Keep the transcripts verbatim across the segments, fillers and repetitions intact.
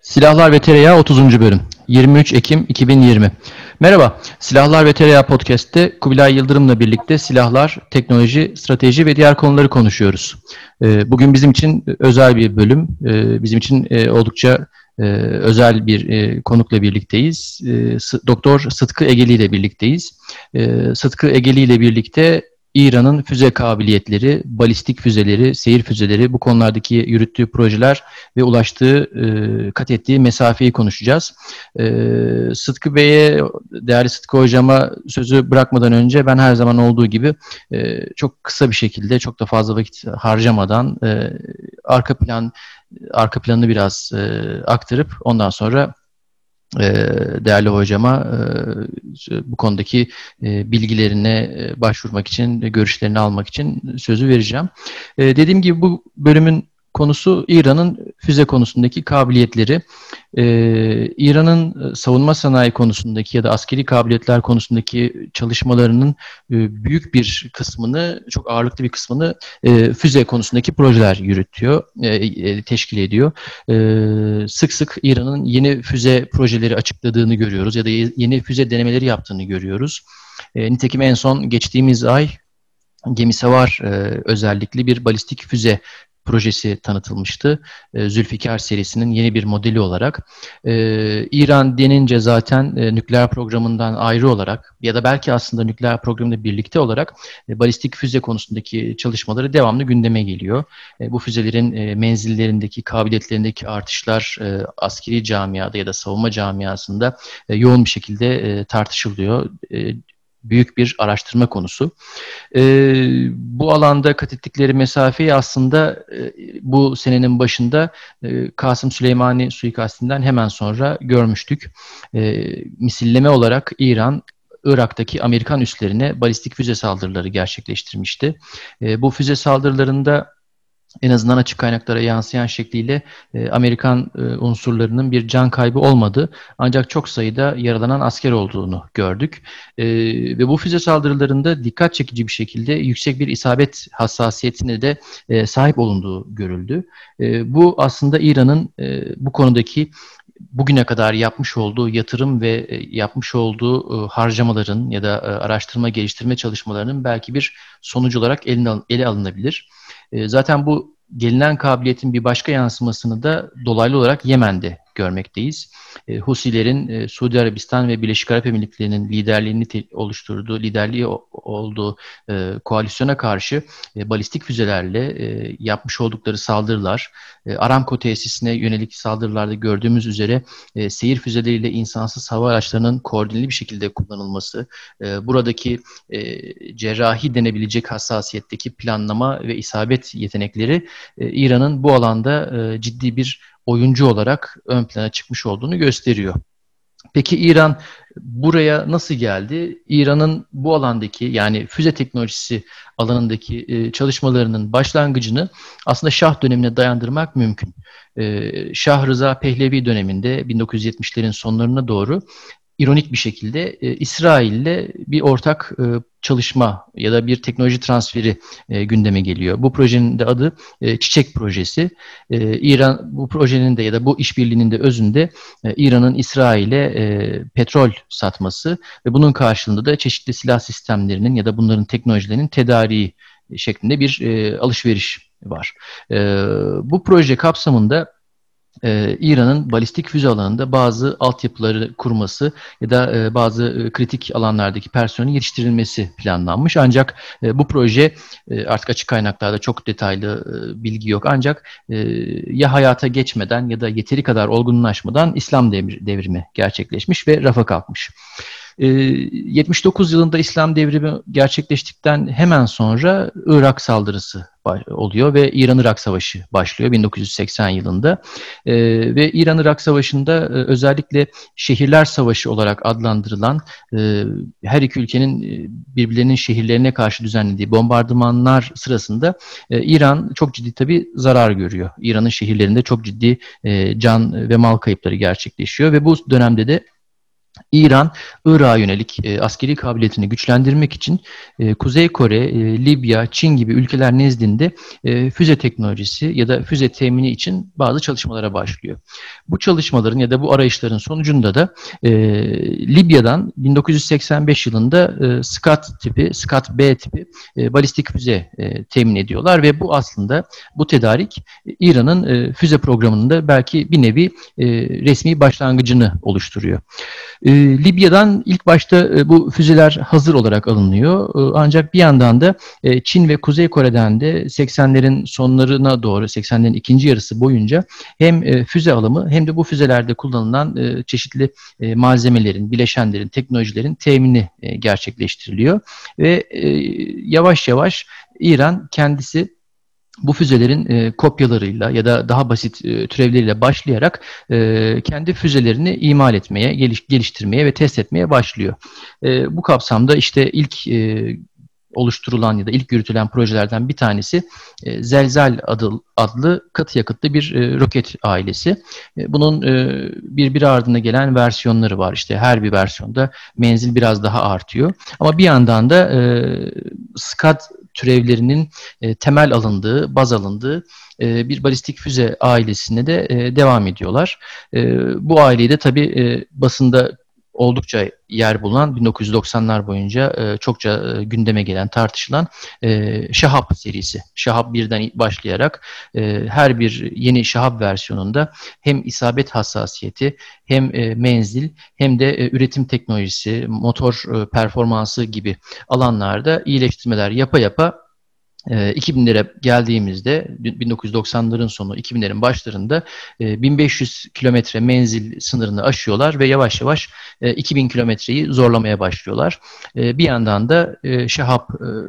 Silahlar ve Tereyağı otuzuncu bölüm. yirmi üç Ekim iki bin yirmi. Merhaba, Silahlar ve Tereyağı Podcast'te Kubilay Yıldırım'la birlikte silahlar, teknoloji, strateji ve diğer konuları konuşuyoruz. Ee, Bugün bizim için özel bir bölüm. Ee, Bizim için e, oldukça e, özel bir e, konukla birlikteyiz. Ee, S- Doktor Sıtkı Egeli ile birlikteyiz. Ee, Sıtkı Egeli ile birlikte İran'ın füze kabiliyetleri, balistik füzeleri, seyir füzeleri, bu konulardaki yürüttüğü projeler ve ulaştığı, e, kat ettiği mesafeyi konuşacağız. E, Sıtkı Bey'e, değerli Sıtkı Hocam'a sözü bırakmadan önce ben her zaman olduğu gibi e, çok kısa bir şekilde, çok da fazla vakit harcamadan e, arka plan arka planını biraz e, aktarıp ondan sonra e, değerli hocama e, bu konudaki e, bilgilerine e, başvurmak için, görüşlerini almak için sözü vereceğim. E, dediğim gibi bu bölümün konusu İran'ın füze konusundaki kabiliyetleri. Ee, İran'ın savunma sanayi konusundaki ya da askeri kabiliyetler konusundaki çalışmalarının e, büyük bir kısmını, çok ağırlıklı bir kısmını e, füze konusundaki projeler yürütüyor, e, e, teşkil ediyor. E, sık sık İran'ın yeni füze projeleri açıkladığını görüyoruz ya da yeni füze denemeleri yaptığını görüyoruz. E, nitekim en son geçtiğimiz ay Gemisavar e, özellikli bir balistik füze projesi tanıtılmıştı. E, Zülfikar serisinin yeni bir modeli olarak. E, İran denince zaten e, nükleer programından ayrı olarak ya da belki aslında nükleer programıyla birlikte olarak e, balistik füze konusundaki çalışmaları devamlı gündeme geliyor. E, bu füzelerin e, menzillerindeki, kabiliyetlerindeki artışlar e, askeri camiada ya da savunma camiasında e, yoğun bir şekilde e, tartışılıyor. E, büyük bir araştırma konusu. E, Bu alanda kat ettikleri mesafeyi aslında e, bu senenin başında e, Kasım Süleymani suikastinden hemen sonra görmüştük. E, misilleme olarak İran, Irak'taki Amerikan üslerine balistik füze saldırıları gerçekleştirmişti. E, bu füze saldırılarında en azından açık kaynaklara yansıyan şekliyle e, Amerikan e, unsurlarının bir can kaybı olmadı. Ancak çok sayıda yaralanan asker olduğunu gördük. E, ve bu füze saldırılarında dikkat çekici bir şekilde yüksek bir isabet hassasiyetine de e, sahip olunduğu görüldü. E, bu aslında İran'ın e, bu konudaki bugüne kadar yapmış olduğu yatırım ve e, yapmış olduğu e, harcamaların ya da e, araştırma geliştirme çalışmalarının belki bir sonucu olarak eline, ele alınabilir. E, zaten bu gelinen kabiliyetin bir başka yansımasını da dolaylı olarak Yemen'de görmekteyiz. E, Husilerin e, Suudi Arabistan ve Birleşik Arap Emirlikleri'nin liderliğini te- oluşturduğu, liderliği o- olduğu e, koalisyona karşı e, balistik füzelerle e, yapmış oldukları saldırılar, e, Aramco tesisine yönelik saldırılarda gördüğümüz üzere e, seyir füzeleriyle insansız hava araçlarının koordineli bir şekilde kullanılması, e, buradaki e, cerrahi denebilecek hassasiyetteki planlama ve isabet yetenekleri e, İran'ın bu alanda e, ciddi bir oyuncu olarak ön plana çıkmış olduğunu gösteriyor. Peki İran buraya nasıl geldi? İran'ın bu alandaki, yani füze teknolojisi alanındaki e, çalışmalarının başlangıcını aslında Şah dönemine dayandırmak mümkün. E, Şah Rıza Pehlevi döneminde bin dokuz yüz yetmişlerin sonlarına doğru ironik bir şekilde e, İsrail'le bir ortak e, çalışma ya da bir teknoloji transferi e, gündeme geliyor. Bu projenin de adı e, Çiçek Projesi. E, İran bu projenin de ya da bu işbirliğinin de özünde e, İran'ın İsrail'e e, petrol satması ve bunun karşılığında da çeşitli silah sistemlerinin ya da bunların teknolojilerinin tedariği şeklinde bir e, alışveriş var. E, bu proje kapsamında ee, İran'ın balistik füze alanında bazı altyapıları kurması ya da e, bazı e, kritik alanlardaki personelin yetiştirilmesi planlanmış. Ancak e, bu proje e, artık açık kaynaklarda çok detaylı e, bilgi yok. Ancak e, ya hayata geçmeden ya da yeteri kadar olgunlaşmadan İslam devri- devrimi gerçekleşmiş ve rafa kalkmış. E, yetmiş dokuz yılında İslam devrimi gerçekleştikten hemen sonra Irak saldırısı oluyor ve İran-Irak Savaşı başlıyor bin dokuz yüz seksen yılında. E, ve İran-Irak Savaşı'nda e, özellikle Şehirler Savaşı olarak adlandırılan e, her iki ülkenin e, birbirlerinin şehirlerine karşı düzenlediği bombardımanlar sırasında e, İran çok ciddi tabii zarar görüyor. İran'ın şehirlerinde çok ciddi e, can ve mal kayıpları gerçekleşiyor ve bu dönemde de İran, Irak'a yönelik e, askeri kabiliyetini güçlendirmek için e, Kuzey Kore, e, Libya, Çin gibi ülkeler nezdinde e, füze teknolojisi ya da füze temini için bazı çalışmalara başlıyor. Bu çalışmaların ya da bu arayışların sonucunda da e, Libya'dan bin dokuz yüz seksen beş yılında e, Scud tipi, Scud B tipi e, balistik füze e, temin ediyorlar ve bu aslında bu tedarik İran'ın e, füze programının da belki bir nevi e, resmi başlangıcını oluşturuyor. E, Libya'dan ilk başta e, bu füzeler hazır olarak alınıyor. E, ancak bir yandan da e, Çin ve Kuzey Kore'den de seksenlerin sonlarına doğru, seksenlerin ikinci yarısı boyunca hem e, füze alımı hem de bu füzelerde kullanılan e, çeşitli e, malzemelerin, bileşenlerin, teknolojilerin temini e, gerçekleştiriliyor. Ve e, yavaş yavaş İran kendisi bu füzelerin e, kopyalarıyla ya da daha basit e, türevleriyle başlayarak e, kendi füzelerini imal etmeye, geliş, geliştirmeye ve test etmeye başlıyor. E, bu kapsamda işte ilk e, oluşturulan ya da ilk yürütülen projelerden bir tanesi e, Zelzal adı, adlı katı yakıtlı bir e, roket ailesi. E, bunun e, birbiri ardına gelen versiyonları var. İşte her bir versiyonda menzil biraz daha artıyor. Ama bir yandan da e, Scud türevlerinin e, temel alındığı, baz alındığı e, bir balistik füze ailesine de e, devam ediyorlar. E, bu aileyi de tabii e, basında oldukça yer bulan bin dokuz yüz doksanlar boyunca e, çokça e, gündeme gelen, tartışılan e, Şahap serisi. Şahap birden başlayarak e, her bir yeni Şahap versiyonunda hem isabet hassasiyeti hem e, menzil hem de e, üretim teknolojisi, motor e, performansı gibi alanlarda iyileştirmeler yapa yapa iki binlere geldiğimizde bin dokuz yüz doksanların sonu iki binlerin başlarında bin beş yüz kilometre menzil sınırını aşıyorlar ve yavaş yavaş iki bin kilometreyi zorlamaya başlıyorlar. Bir yandan da Şahap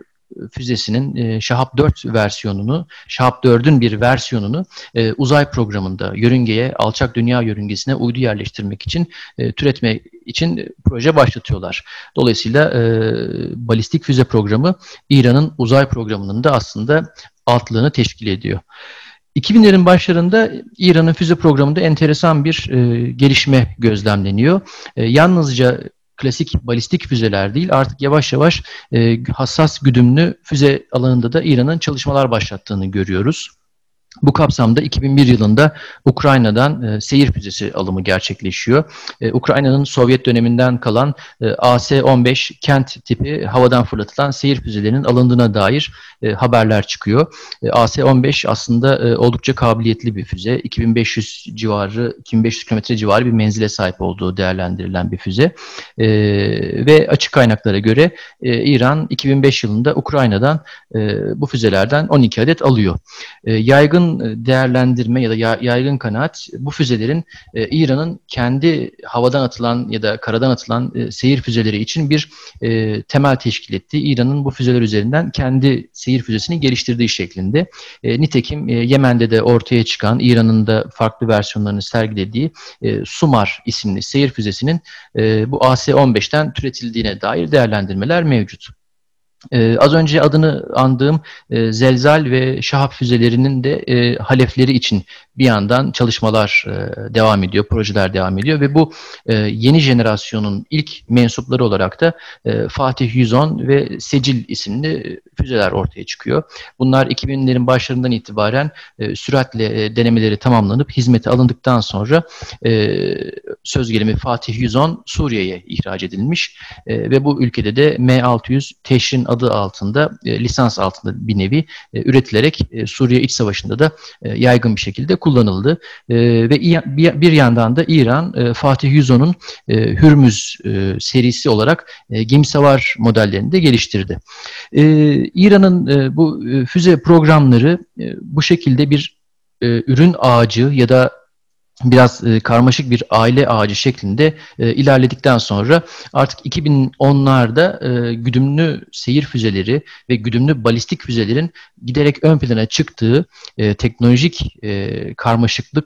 füzesinin e, Şahap dört versiyonunu, Şahap dördün bir versiyonunu e, uzay programında yörüngeye, alçak dünya yörüngesine uydu yerleştirmek için e, türetme için proje başlatıyorlar. Dolayısıyla e, balistik füze programı İran'ın uzay programının da aslında altlığını teşkil ediyor. iki binlerin başlarında İran'ın füze programında enteresan bir e, gelişme gözlemleniyor. E, yalnızca klasik balistik füzeler değil, artık yavaş yavaş e, hassas güdümlü füze alanında da İran'ın çalışmalar başlattığını görüyoruz. Bu kapsamda iki bin bir yılında Ukrayna'dan e, seyir füzesi alımı gerçekleşiyor. E, Ukrayna'nın Sovyet döneminden kalan e, A S on beş Kent tipi havadan fırlatılan seyir füzelerinin alındığına dair e, haberler çıkıyor. E, A S on beş aslında e, oldukça kabiliyetli bir füze. iki bin beş yüz civarı, iki bin beş yüz kilometre civarı bir menzile sahip olduğu değerlendirilen bir füze. E, ve açık kaynaklara göre e, İran iki bin beş yılında Ukrayna'dan e, bu füzelerden on iki adet alıyor. E, yaygın değerlendirme ya da yaygın kanaat bu füzelerin e, İran'ın kendi havadan atılan ya da karadan atılan e, seyir füzeleri için bir e, temel teşkil ettiği, İran'ın bu füzeler üzerinden kendi seyir füzesini geliştirdiği şeklinde. E, nitekim e, Yemen'de de ortaya çıkan, İran'ın da farklı versiyonlarını sergilediği e, Sumar isimli seyir füzesinin e, bu A S on beşten türetildiğine dair değerlendirmeler mevcut. Ee, az önce adını andığım e, Zelzal ve Şahap füzelerinin de e, halefleri için bir yandan çalışmalar e, devam ediyor, projeler devam ediyor ve bu e, yeni jenerasyonun ilk mensupları olarak da e, Fatih yüz on ve Secil isimli füzeler ortaya çıkıyor. Bunlar iki binlerin başlarından itibaren e, süratle e, denemeleri tamamlanıp hizmete alındıktan sonra e, söz gelimi Fatih yüz on Suriye'ye ihraç edilmiş e, ve bu ülkede de M altı yüz Teşrin adı altında, e, lisans altında bir nevi e, üretilerek e, Suriye İç Savaşı'nda da e, yaygın bir şekilde kullanıldı. E, ve bir, bir yandan da İran e, Fatih yüz on'un e, Hürmüz e, serisi olarak e, gemisavar modellerini de geliştirdi. E, İran'ın e, bu e, füze programları e, bu şekilde bir e, ürün ağacı ya da biraz e, karmaşık bir aile ağacı şeklinde e, ilerledikten sonra artık iki bin onlarda e, güdümlü seyir füzeleri ve güdümlü balistik füzelerin giderek ön plana çıktığı e, teknolojik e, karmaşıklık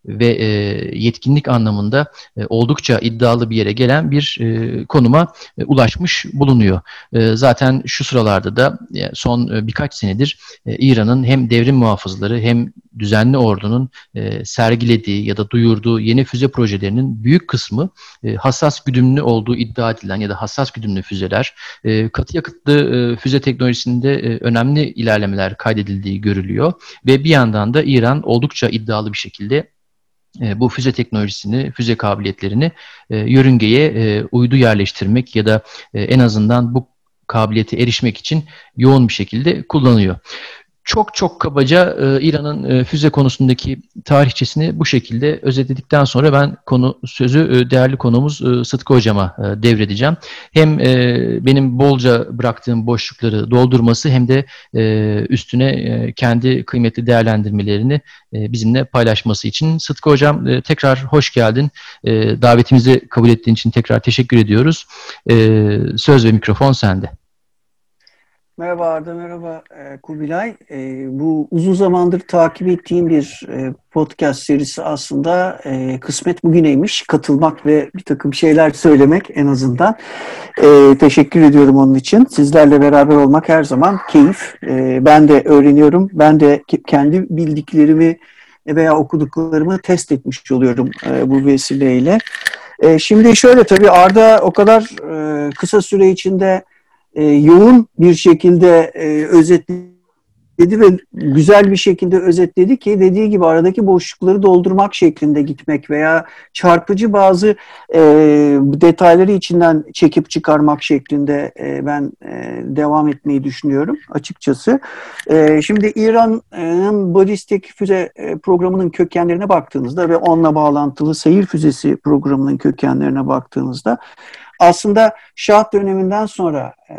ve e, yetkinlik anlamında e, oldukça iddialı bir yere gelen bir e, konuma e, ulaşmış bulunuyor. E, zaten şu sıralarda da e, son e, birkaç senedir e, İran'ın hem devrim muhafızları hem düzenli ordunun e, sergilediği ya da duyurduğu yeni füze projelerinin büyük kısmı e, hassas güdümlü olduğu iddia edilen ya da hassas güdümlü füzeler, e, katı yakıtlı e, füze teknolojisinde e, önemli ilerlemeler kaydedildiği görülüyor ve bir yandan da İran oldukça iddialı bir şekilde e, bu füze teknolojisini, füze kabiliyetlerini e, yörüngeye e, uydu yerleştirmek ya da e, en azından bu kabiliyete erişmek için yoğun bir şekilde kullanıyor. Çok çok kabaca e, İran'ın e, füze konusundaki tarihçesini bu şekilde özetledikten sonra ben konu sözü e, değerli konuğumuz e, Sıtkı Hocam'a e, devredeceğim. Hem e, benim bolca bıraktığım boşlukları doldurması hem de e, üstüne e, kendi kıymetli değerlendirmelerini e, bizimle paylaşması için. Sıtkı Hocam e, tekrar hoş geldin. E, davetimizi kabul ettiğin için tekrar teşekkür ediyoruz. E, söz ve mikrofon sende. Merhaba Arda, merhaba e, Kubilay. E, bu uzun zamandır takip ettiğim bir e, podcast serisi aslında e, kısmet bugüneymiş. Katılmak ve bir takım şeyler söylemek en azından. E, teşekkür ediyorum onun için. Sizlerle beraber olmak her zaman keyif. E, ben de öğreniyorum. Ben de kendi bildiklerimi veya okuduklarımı test etmiş oluyorum e, bu vesileyle. E, şimdi şöyle tabii Arda o kadar e, kısa süre içinde E, yoğun bir şekilde e, özetledi ve güzel bir şekilde özetledi ki dediği gibi aradaki boşlukları doldurmak şeklinde gitmek veya çarpıcı bazı e, detayları içinden çekip çıkarmak şeklinde e, ben e, devam etmeyi düşünüyorum açıkçası. E, şimdi İran'ın balistik füze programının kökenlerine baktığınızda ve onunla bağlantılı seyir füzesi programının kökenlerine baktığınızda aslında Şah döneminden sonra e,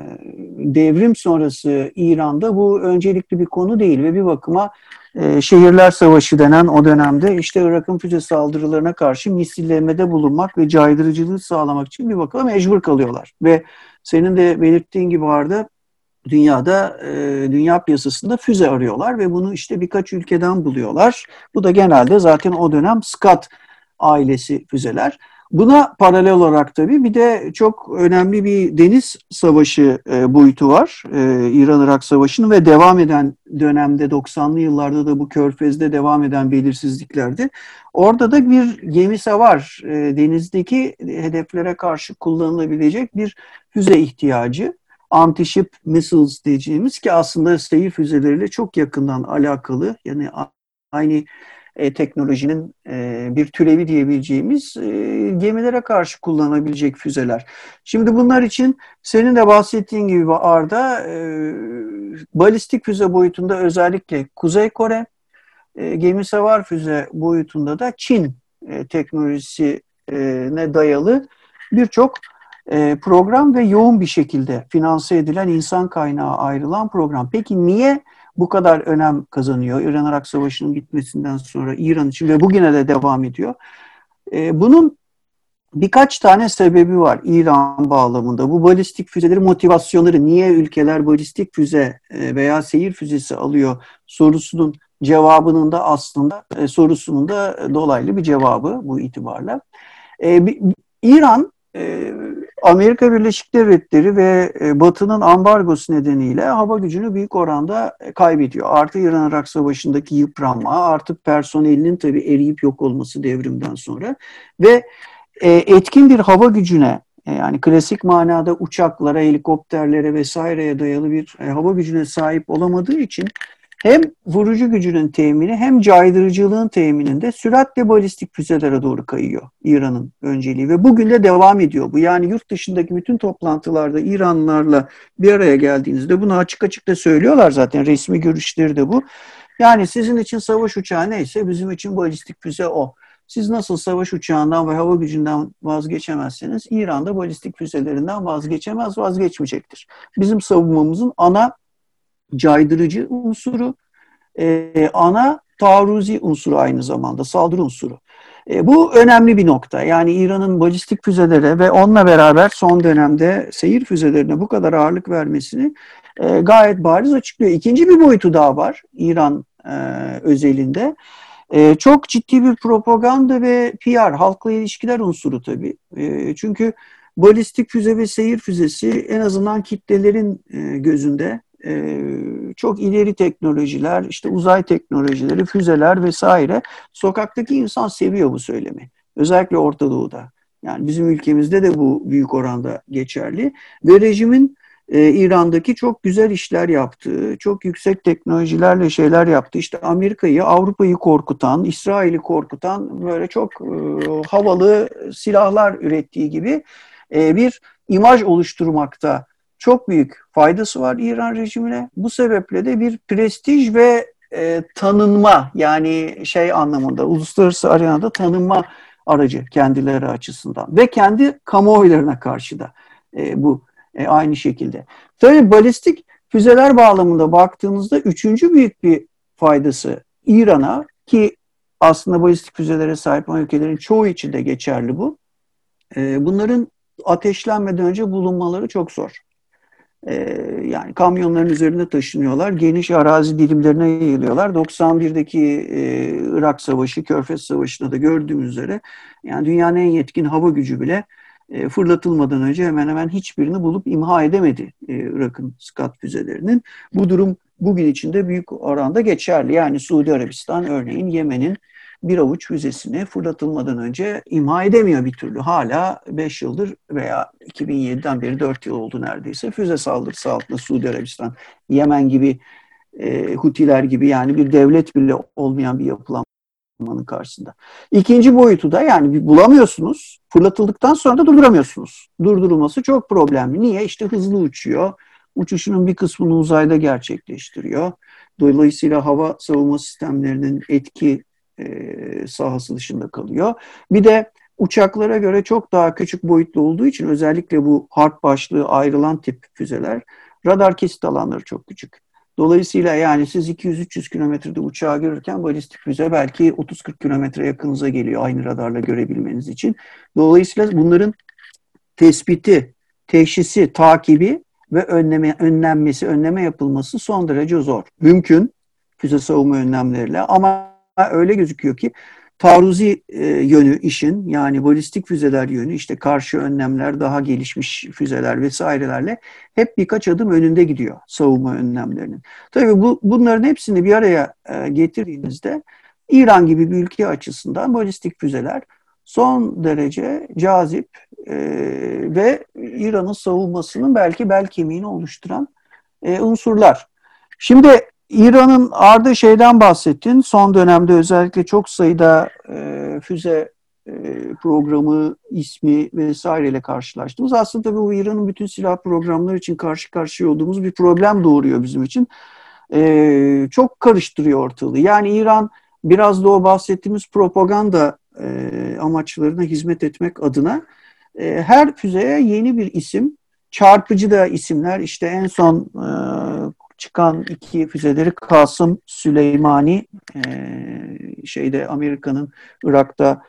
devrim sonrası İran'da bu öncelikli bir konu değil ve bir bakıma e, Şehirler Savaşı denen o dönemde işte Irak'ın füze saldırılarına karşı misillemede bulunmak ve caydırıcılığı sağlamak için bir bakıma mecbur kalıyorlar. Ve senin de belirttiğin gibi vardı dünyada e, dünya piyasasında füze arıyorlar ve bunu işte birkaç ülkeden buluyorlar. Bu da genelde zaten o dönem Scud ailesi füzeler. Buna paralel olarak tabii bir de çok önemli bir deniz savaşı e, boyutu var. E, İran-Irak Savaşı'nın ve devam eden dönemde doksanlı yıllarda da bu Körfez'de devam eden belirsizliklerdi. Orada da bir gemi savar e, denizdeki hedeflere karşı kullanılabilecek bir füze ihtiyacı. Anti-ship missiles diyeceğimiz ki aslında seyir füzeleriyle çok yakından alakalı. Yani aynı E, teknolojinin e, bir türevi diyebileceğimiz e, gemilere karşı kullanılabilecek füzeler. Şimdi bunlar için senin de bahsettiğin gibi Arda e, balistik füze boyutunda özellikle Kuzey Kore, e, gemisavar füze boyutunda da Çin e, teknolojisine dayalı birçok e, program ve yoğun bir şekilde finanse edilen insan kaynağı ayrılan program. Peki niye bu kadar önem kazanıyor İran-Irak Savaşı'nın bitmesinden sonra İran için ve bugüne de devam ediyor? E, bunun birkaç tane sebebi var İran bağlamında. Bu balistik füzeleri motivasyonları, niye ülkeler balistik füze e, veya seyir füzesi alıyor sorusunun cevabının da aslında e, sorusunun da dolaylı bir cevabı bu itibarla. E, İran e, Amerika Birleşik Devletleri ve Batı'nın ambargosu nedeniyle hava gücünü büyük oranda kaybediyor. Artı İran-Irak Savaşı'ndaki yıpranma, artık personelinin tabii eriyip yok olması devrimden sonra ve etkin bir hava gücüne, yani klasik manada uçaklara, helikopterlere vesaireye dayalı bir hava gücüne sahip olamadığı için hem vurucu gücünün temini hem caydırıcılığın temininde süratle balistik füzelere doğru kayıyor İran'ın önceliği ve bugün de devam ediyor bu. Yani yurt dışındaki bütün toplantılarda İranlılarla bir araya geldiğinizde bunu açık açık da söylüyorlar zaten, resmi görüşleri de bu. Yani sizin için savaş uçağı neyse bizim için balistik füze o. Siz nasıl savaş uçağından ve hava gücünden vazgeçemezseniz İran da balistik füzelerinden vazgeçemez, vazgeçmeyecektir. Bizim savunmamızın ana caydırıcı unsuru, e, ana taarruzi unsuru, aynı zamanda saldırı unsuru. E, bu önemli bir nokta. Yani İran'ın balistik füzelere ve onunla beraber son dönemde seyir füzelerine bu kadar ağırlık vermesini e, gayet bariz açıklıyor. İkinci bir boyutu daha var İran e, özelinde. E, çok ciddi bir propaganda ve P R, halkla ilişkiler unsuru tabii. E, çünkü balistik füze ve seyir füzesi en azından kitlelerin e, gözünde e, çok ileri teknolojiler, işte uzay teknolojileri, füzeler vesaire. Sokaktaki insan seviyor bu söylemi. Özellikle Orta Doğu'da. Yani bizim ülkemizde de bu büyük oranda geçerli. Ve rejimin e, İran'daki çok güzel işler yaptığı, çok yüksek teknolojilerle şeyler yaptığı, işte Amerika'yı, Avrupa'yı korkutan, İsrail'i korkutan böyle çok e, havalı silahlar ürettiği gibi e, bir imaj oluşturmakta çok büyük faydası var İran rejimine. Bu sebeple de bir prestij ve e, tanınma, yani şey anlamında uluslararası arenada tanınma aracı kendileri açısından ve kendi kamuoylarına karşı da e, bu e, aynı şekilde. Tabii balistik füzeler bağlamında baktığımızda üçüncü büyük bir faydası İran'a, ki aslında balistik füzelere sahip olan ülkelerin çoğu için de geçerli bu. E, bunların ateşlenmeden önce bulunmaları çok zor. Ee, yani kamyonların üzerinde taşınıyorlar. Geniş arazi dilimlerine yayılıyorlar. doksan birdeki e, Irak Savaşı, Körfez Savaşı'nda da gördüğümüz üzere yani dünyanın en yetkin hava gücü bile e, fırlatılmadan önce hemen hemen hiçbirini bulup imha edemedi e, Irak'ın Scud füzelerinin. Bu durum bugün için de büyük oranda geçerli. Yani Suudi Arabistan örneğin Yemen'in bir avuç füzesini fırlatılmadan önce imha edemiyor bir türlü. Hala beş yıldır veya iki bin yediden beri dört yıl oldu neredeyse füze saldırısı altında Suudi Arabistan. Yemen gibi, e, Hutiler gibi, yani bir devlet bile olmayan bir yapılanmanın karşısında. İkinci boyutu da yani bulamıyorsunuz, fırlatıldıktan sonra da durduramıyorsunuz. Durdurulması çok problemli. Niye? İşte hızlı uçuyor. Uçuşunun bir kısmını uzayda gerçekleştiriyor. Dolayısıyla hava savunma sistemlerinin etki e, sahası dışında kalıyor. Bir de uçaklara göre çok daha küçük boyutlu olduğu için özellikle bu harp başlığı ayrılan tip füzeler, radar kesit alanları çok küçük. Dolayısıyla yani siz iki yüz üç yüz kilometrede uçağı görürken balistik füze belki otuz kırk kilometre yakınıza geliyor aynı radarla görebilmeniz için. Dolayısıyla bunların tespiti, teşhisi, takibi ve önleme, önlenmesi, önleme yapılması son derece zor. Mümkün füze savunma önlemleriyle ama öyle gözüküyor ki taarruzi e, yönü işin, yani balistik füzeler yönü, işte karşı önlemler, daha gelişmiş füzeler vesairelerle hep birkaç adım önünde gidiyor savunma önlemlerinin. Tabii bu, bunların hepsini bir araya e, getirdiğinizde İran gibi bir ülke açısından balistik füzeler son derece cazip e, ve İran'ın savunmasının belki bel kemiğini oluşturan e, unsurlar. Şimdi İran'ın ardı şeyden bahsettin. Son dönemde özellikle çok sayıda e, füze e, programı, ismi vesaireyle karşılaştığımız. Aslında tabii bu İran'ın bütün silah programları için karşı karşıya olduğumuz bir problem doğuruyor bizim için. E, çok karıştırıyor ortalığı. Yani İran biraz da o bahsettiğimiz propaganda e, amaçlarına hizmet etmek adına e, her füzeye yeni bir isim, çarpıcı da isimler. İşte en son e, çıkan iki füzeleri Kasım Süleymani, e, şeyde Amerika'nın Irak'ta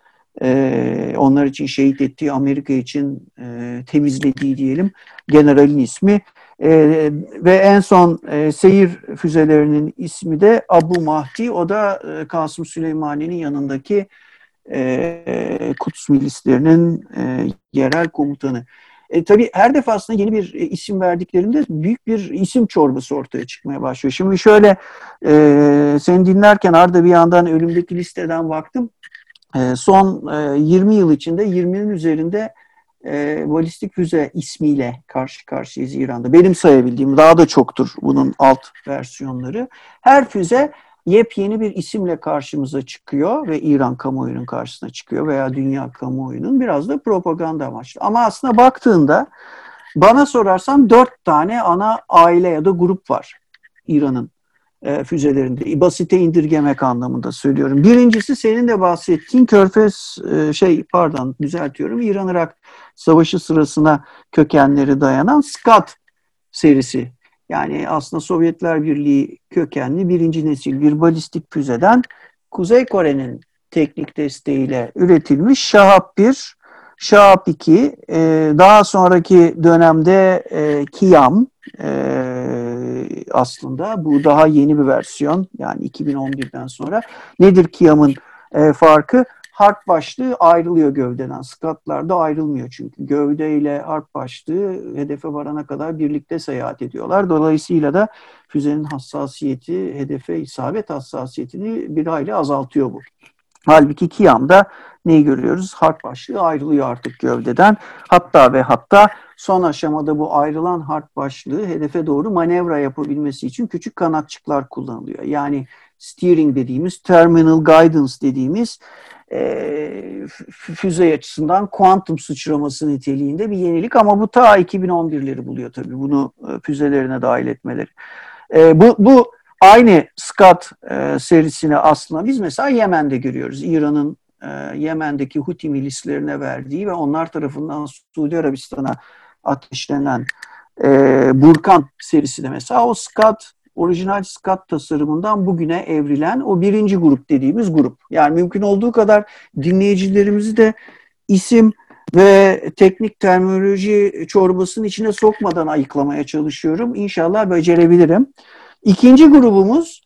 e, onlar için şehit ettiği, Amerika için e, temizlediği diyelim generalin ismi. E, ve en son e, seyir füzelerinin ismi de Abu Mahdi. O da e, Kasım Süleymani'nin yanındaki e, Kuds milislerinin e, yerel komutanı. E, tabii her defasında yeni bir e, isim verdiklerinde büyük bir isim çorbası ortaya çıkmaya başlıyor. Şimdi şöyle e, seni dinlerken Arda bir yandan önümdeki listeden baktım. E, son e, yirmi yıl içinde yirminin üzerinde e, balistik füze ismiyle karşı karşıyayız İran'da. Benim sayabildiğim daha da çoktur bunun alt versiyonları. Her füze yepyeni bir isimle karşımıza çıkıyor ve İran kamuoyunun karşısına çıkıyor veya dünya kamuoyunun, biraz da propaganda amaçlı. Ama aslında baktığında bana sorarsan dört tane ana aile ya da grup var İran'ın e, füzelerinde. Basite indirgemek anlamında söylüyorum. Birincisi senin de bahsettiğin Körfez e, şey pardon düzeltiyorum İran-Irak Savaşı sırasına kökenleri dayanan Scud serisi. Yani aslında Sovyetler Birliği kökenli birinci nesil bir balistik füzeden Kuzey Kore'nin teknik desteğiyle üretilmiş Şahap bir, Şahap iki, e, daha sonraki dönemde e, Kiyam, e, aslında. Bu daha yeni bir versiyon. Yani iki bin on birden sonra. Nedir Kiam'ın e, farkı? Harp başlığı ayrılıyor gövdeden. Scud'larda ayrılmıyor çünkü. Gövde ile harp başlığı hedefe varana kadar birlikte seyahat ediyorlar. Dolayısıyla da füzenin hassasiyeti, hedefe isabet hassasiyetini bir hayli azaltıyor bu. Halbuki Kiam'da neyi görüyoruz? Harp başlığı ayrılıyor artık gövdeden. Hatta ve hatta son aşamada bu ayrılan harp başlığı hedefe doğru manevra yapabilmesi için küçük kanatçıklar kullanılıyor. Yani steering dediğimiz, terminal guidance dediğimiz e, füze açısından kuantum sıçraması niteliğinde bir yenilik ama bu ta iki bin on birleri buluyor tabii bunu e, füzelerine dahil etmeleri. E, bu, bu aynı Scud e, serisini aslında biz mesela Yemen'de görüyoruz. İran'ın e, Yemen'deki Huti milislerine verdiği ve onlar tarafından Suudi Arabistan'a ateşlenen e, Burkan serisi de mesela o Scud, orijinal Scud tasarımından bugüne evrilen o birinci grup dediğimiz grup. Yani mümkün olduğu kadar dinleyicilerimizi de isim ve teknik terminoloji çorbasının içine sokmadan ayıklamaya çalışıyorum. İnşallah becerebilirim. İkinci grubumuz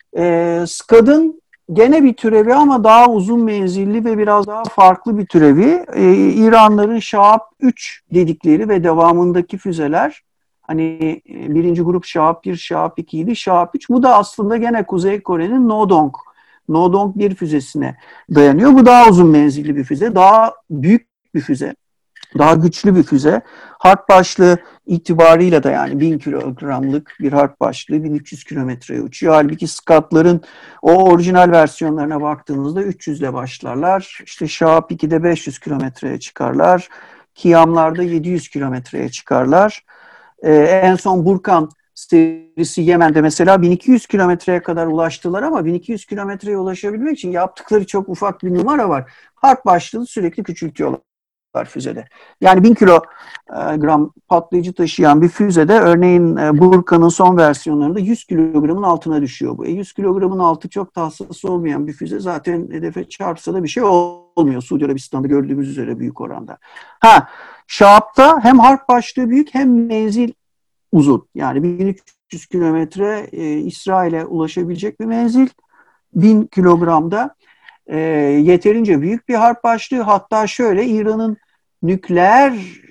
e, Scud'ın gene bir türevi ama daha uzun menzilli ve biraz daha farklı bir türevi. E, İranların Şahap üç dedikleri ve devamındaki füzeler. Hani e, birinci grup Şahap bir, Şahap iki idi. Şahap üç. Bu da aslında gene Kuzey Kore'nin Nodong. Nodong bir füzesine dayanıyor. Bu daha uzun menzilli bir füze. Daha büyük bir füze. Daha güçlü bir füze. Harp başlığı itibarıyla da yani bin kilogramlık bir harp başlığı bin üç yüz kilometreye uçuyor. Halbuki Scud'ların o orijinal versiyonlarına baktığınızda üç yüz ile başlarlar. İşte Şahap ikide beş yüz kilometreye çıkarlar. Kiamlarda yedi yüz kilometreye çıkarlar. Ee, en son Burkan serisi Yemen'de mesela bin iki yüz kilometreye kadar ulaştılar ama bin iki yüz kilometreye ulaşabilmek için yaptıkları çok ufak bir numara var. Harp başlığını sürekli küçültüyorlar füzede. Yani bin kilogram patlayıcı taşıyan bir füzede örneğin Burkan'ın son versiyonlarında yüz kilogramın altına düşüyor bu. E yüz kilogramın altı çok da hassas olmayan bir füze zaten hedefe çarpsa da bir şey olmuyor. Suudi Arabistan'da gördüğümüz üzere büyük oranda. Ha, Şahap'ta hem harp başlığı büyük hem menzil uzun. Yani bin üç yüz kilometre e, İsrail'e ulaşabilecek bir menzil. bin kilogramda e, yeterince büyük bir harp başlığı. Hatta şöyle İran'ın nükleer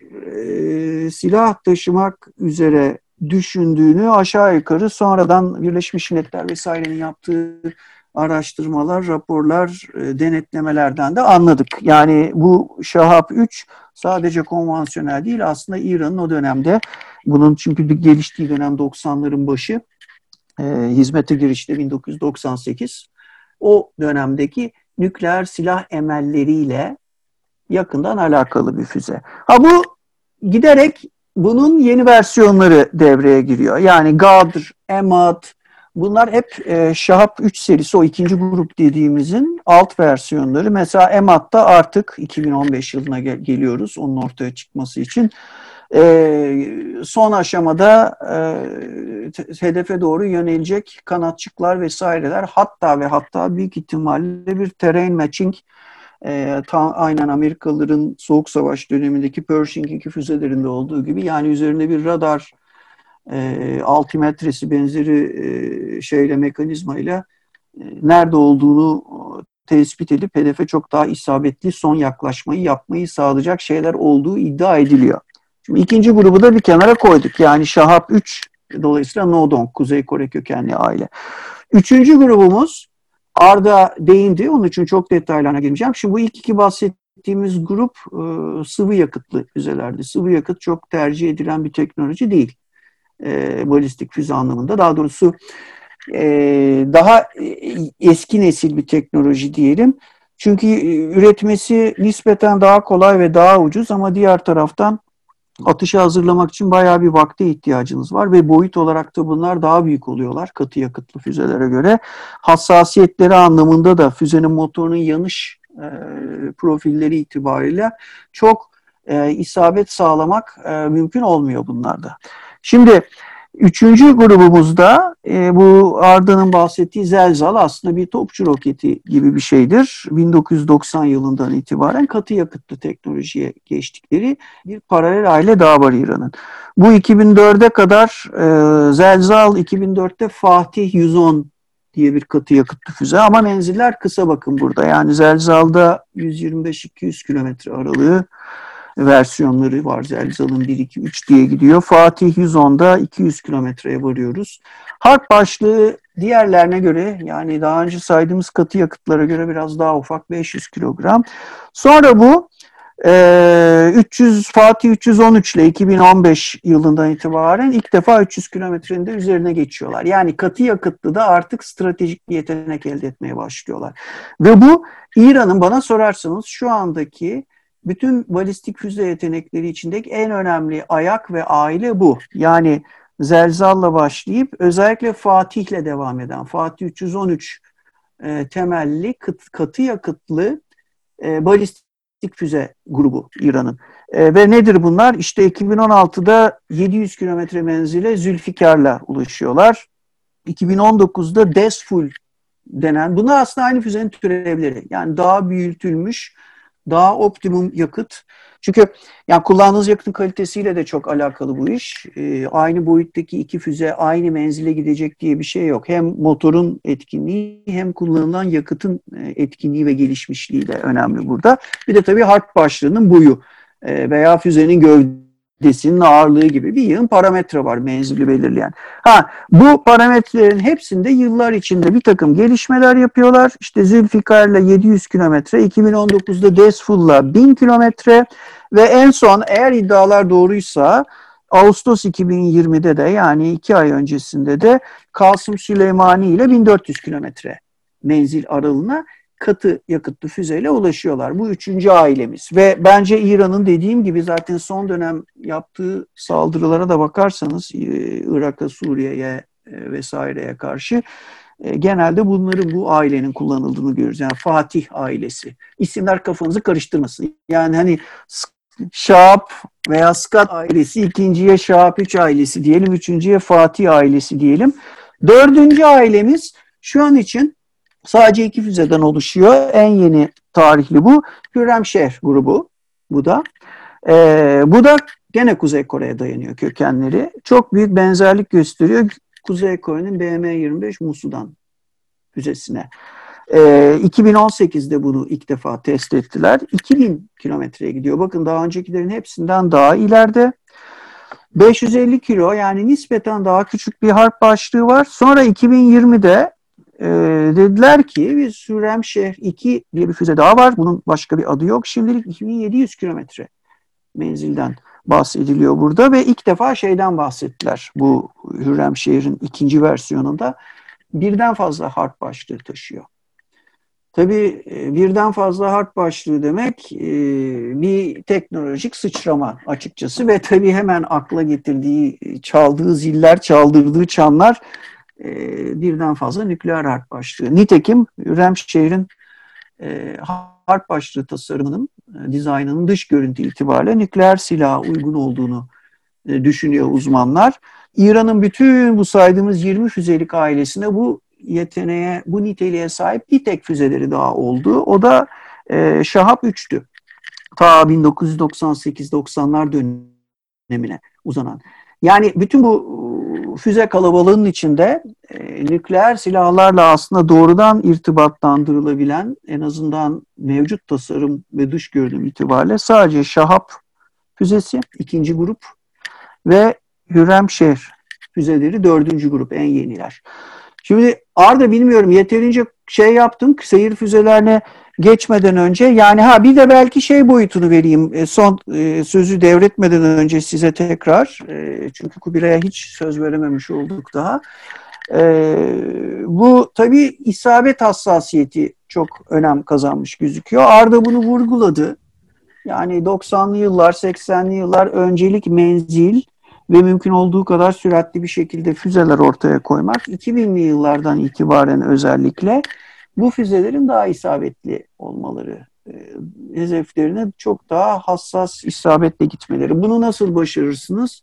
e, silah taşımak üzere düşündüğünü aşağı yukarı sonradan Birleşmiş Milletler vesairenin yaptığı araştırmalar, raporlar, e, denetlemelerden de anladık. Yani bu Şahap üç sadece konvansiyonel değil aslında İran'ın o dönemde bunun çünkü geliştiği dönem doksanların başı e, hizmete girişte bin dokuz yüz doksan sekiz o dönemdeki nükleer silah emelleriyle yakından alakalı bir füze. Ha bu giderek bunun yeni versiyonları devreye giriyor. Yani Gadr, Emad bunlar hep e, Şahap üç serisi o ikinci grup dediğimizin alt versiyonları. Mesela Emad'da artık iki bin on beş yılına gel- geliyoruz onun ortaya çıkması için. E, son aşamada e, t- hedefe doğru yönelecek kanatçıklar vesaireler hatta ve hatta büyük ihtimalle bir terrain matching e, ta, aynen Amerikalıların Soğuk Savaş dönemindeki Pershing iki füzelerinde olduğu gibi yani üzerinde bir radar e, altimetresi benzeri e, şeyle mekanizmayla e, nerede olduğunu tespit edip hedefe çok daha isabetli son yaklaşmayı yapmayı sağlayacak şeyler olduğu iddia ediliyor. Şimdi ikinci grubu da bir kenara koyduk. Yani Şahap üç dolayısıyla Nodong, Kuzey Kore kökenli aile. Üçüncü grubumuz Arda değindi. Onun için çok detaylarına girmeyeceğim. Şimdi bu ilk iki bahsettiğimiz grup e, sıvı yakıtlı füzelerdi. Sıvı yakıt çok tercih edilen bir teknoloji değil. E, balistik füze anlamında. Daha doğrusu e, daha eski nesil bir teknoloji diyelim. Çünkü üretmesi nispeten daha kolay ve daha ucuz ama diğer taraftan atışa hazırlamak için bayağı bir vakte ihtiyacınız var ve boyut olarak da bunlar daha büyük oluyorlar katı yakıtlı füzelere göre. Hassasiyetleri anlamında da füzenin motorunun yanış e, profilleri itibariyle çok e, isabet sağlamak e, mümkün olmuyor bunlarda. Şimdi Üçüncü grubumuzda e, bu Arda'nın bahsettiği Zelzal aslında bir topçu roketi gibi bir şeydir. bin dokuz yüz doksan yılından itibaren katı yakıtlı teknolojiye geçtikleri bir paralel aile daha var İran'ın. Bu iki bin dörde kadar e, Zelzal, iki bin dörtte Fatih yüz on diye bir katı yakıtlı füze ama menziller kısa bakın burada. Yani Zelzal'da yüz yirmi beş iki yüz kilometre aralığı versiyonları var. Zelzal'ın bir iki üç diye gidiyor. Fatih yüz onda iki yüz kilometreye varıyoruz. Harp başlığı diğerlerine göre yani daha önce saydığımız katı yakıtlara göre biraz daha ufak beş yüz kilogram. Sonra bu üç yüz Fatih üç yüz on üç ile iki bin on beş yılından itibaren ilk defa üç yüz kilometrenin de üzerine geçiyorlar. Yani katı yakıtlı da artık stratejik bir yetenek elde etmeye başlıyorlar. Ve bu İran'ın bana sorarsanız şu andaki bütün balistik füze yetenekleri içindeki en önemli ayak ve aile bu. Yani Zelzal'la başlayıp özellikle Fatih'le devam eden Fatih üç yüz on üç e, temelli kıt, katı yakıtlı e, balistik füze grubu İran'ın. E, ve nedir bunlar? İşte iki bin on altıda yedi yüz kilometre menzile Zülfikar'la ulaşıyorlar. iki bin on dokuzda Desful denen, bunlar aslında aynı füzenin türevleri. Yani daha büyütülmüş, daha optimum yakıt. Çünkü yani kullandığınız yakıtın kalitesiyle de çok alakalı bu iş. Ee, aynı boyuttaki iki füze aynı menzile gidecek diye bir şey yok. Hem motorun etkinliği hem kullanılan yakıtın etkinliği ve gelişmişliği de önemli burada. Bir de tabii harp başlığının boyu e, veya füzenin gövdesinin ağırlığı gibi bir yığın parametre var menzili belirleyen. Ha, bu parametrelerin hepsinde yıllar içinde bir takım gelişmeler yapıyorlar. İşte Zülfikar'la yedi yüz kilometre, iki bin on dokuzda Desful'la bin kilometre ve en son eğer iddialar doğruysa Ağustos iki bin yirmide de yani iki ay öncesinde de Kasım Süleymani ile bin dört yüz kilometre menzil aralığına katı yakıtlı füzeyle ulaşıyorlar. Bu üçüncü ailemiz ve bence İran'ın dediğim gibi zaten son dönem yaptığı saldırılara da bakarsanız Irak'a, Suriye'ye vesaireye karşı genelde bunların bu ailenin kullanıldığını görüyoruz. Yani Fatih ailesi. İsimler kafanızı karıştırmasın. Yani hani Şahap veya Skat ailesi, ikinciye Şahap üç ailesi diyelim, üçüncüye Fatih ailesi diyelim. Dördüncü ailemiz şu an için sadece iki füzeden oluşuyor. En yeni tarihli bu. Hürremşehr grubu. Bu da. Ee, bu da gene Kuzey Kore'ye dayanıyor kökenleri. Çok büyük benzerlik gösteriyor Kuzey Kore'nin B M yirmi beş Musudan füzesine. Ee, iki bin on sekizde bunu ilk defa test ettiler. iki bin kilometreye gidiyor. Bakın daha öncekilerin hepsinden daha ileride. beş yüz elli kilo yani nispeten daha küçük bir harp başlığı var. Sonra iki bin yirmide e, dediler ki biz Hürremşehr iki diye bir füze daha var. Bunun başka bir adı yok. Şimdilik iki bin yedi yüz kilometre menzilden bahsediliyor burada ve ilk defa şeyden bahsettiler. Bu Hürremşehr'in ikinci versiyonunda birden fazla harp başlığı taşıyor. Tabii birden fazla harp başlığı demek bir teknolojik sıçrama açıkçası ve tabii hemen akla getirdiği, çaldığı ziller, çaldırdığı çanlar birden fazla nükleer harp başlığı. Nitekim Hürremşehr'in harp başlığı tasarımının, dizaynının dış görüntü itibariyle nükleer silaha uygun olduğunu düşünüyor uzmanlar. İran'ın bütün bu saydığımız yirmi füzelik ailesine bu yeteneğe, bu niteliğe sahip bir tek füzeleri daha oldu. O da e, Şahap üçtü. Ta bin dokuz yüz doksan sekiz doksanlar dönemine uzanan. Yani bütün bu füze kalabalığının içinde e, nükleer silahlarla aslında doğrudan irtibatlandırılabilen en azından mevcut tasarım ve dış görünüm itibariyle sadece Şahap füzesi ikinci grup ve Hürremşehr füzeleri dördüncü grup en yeniler. Şimdi Arda bilmiyorum yeterince şey yaptım seyir füzelerine geçmeden önce yani ha bir de belki şey boyutunu vereyim son e, sözü devretmeden önce size tekrar e, çünkü Kubilay'a hiç söz verememiş olduk daha. E, bu tabii isabet hassasiyeti çok önem kazanmış gözüküyor. Arda bunu vurguladı. Yani doksanlı yıllar, seksenli yıllar öncelik menzil ve mümkün olduğu kadar süratli bir şekilde füzeler ortaya koymak. iki binli yıllardan itibaren özellikle bu füzelerin daha isabetli olmaları, hedeflerine çok daha hassas isabetle gitmeleri. Bunu nasıl başarırsınız?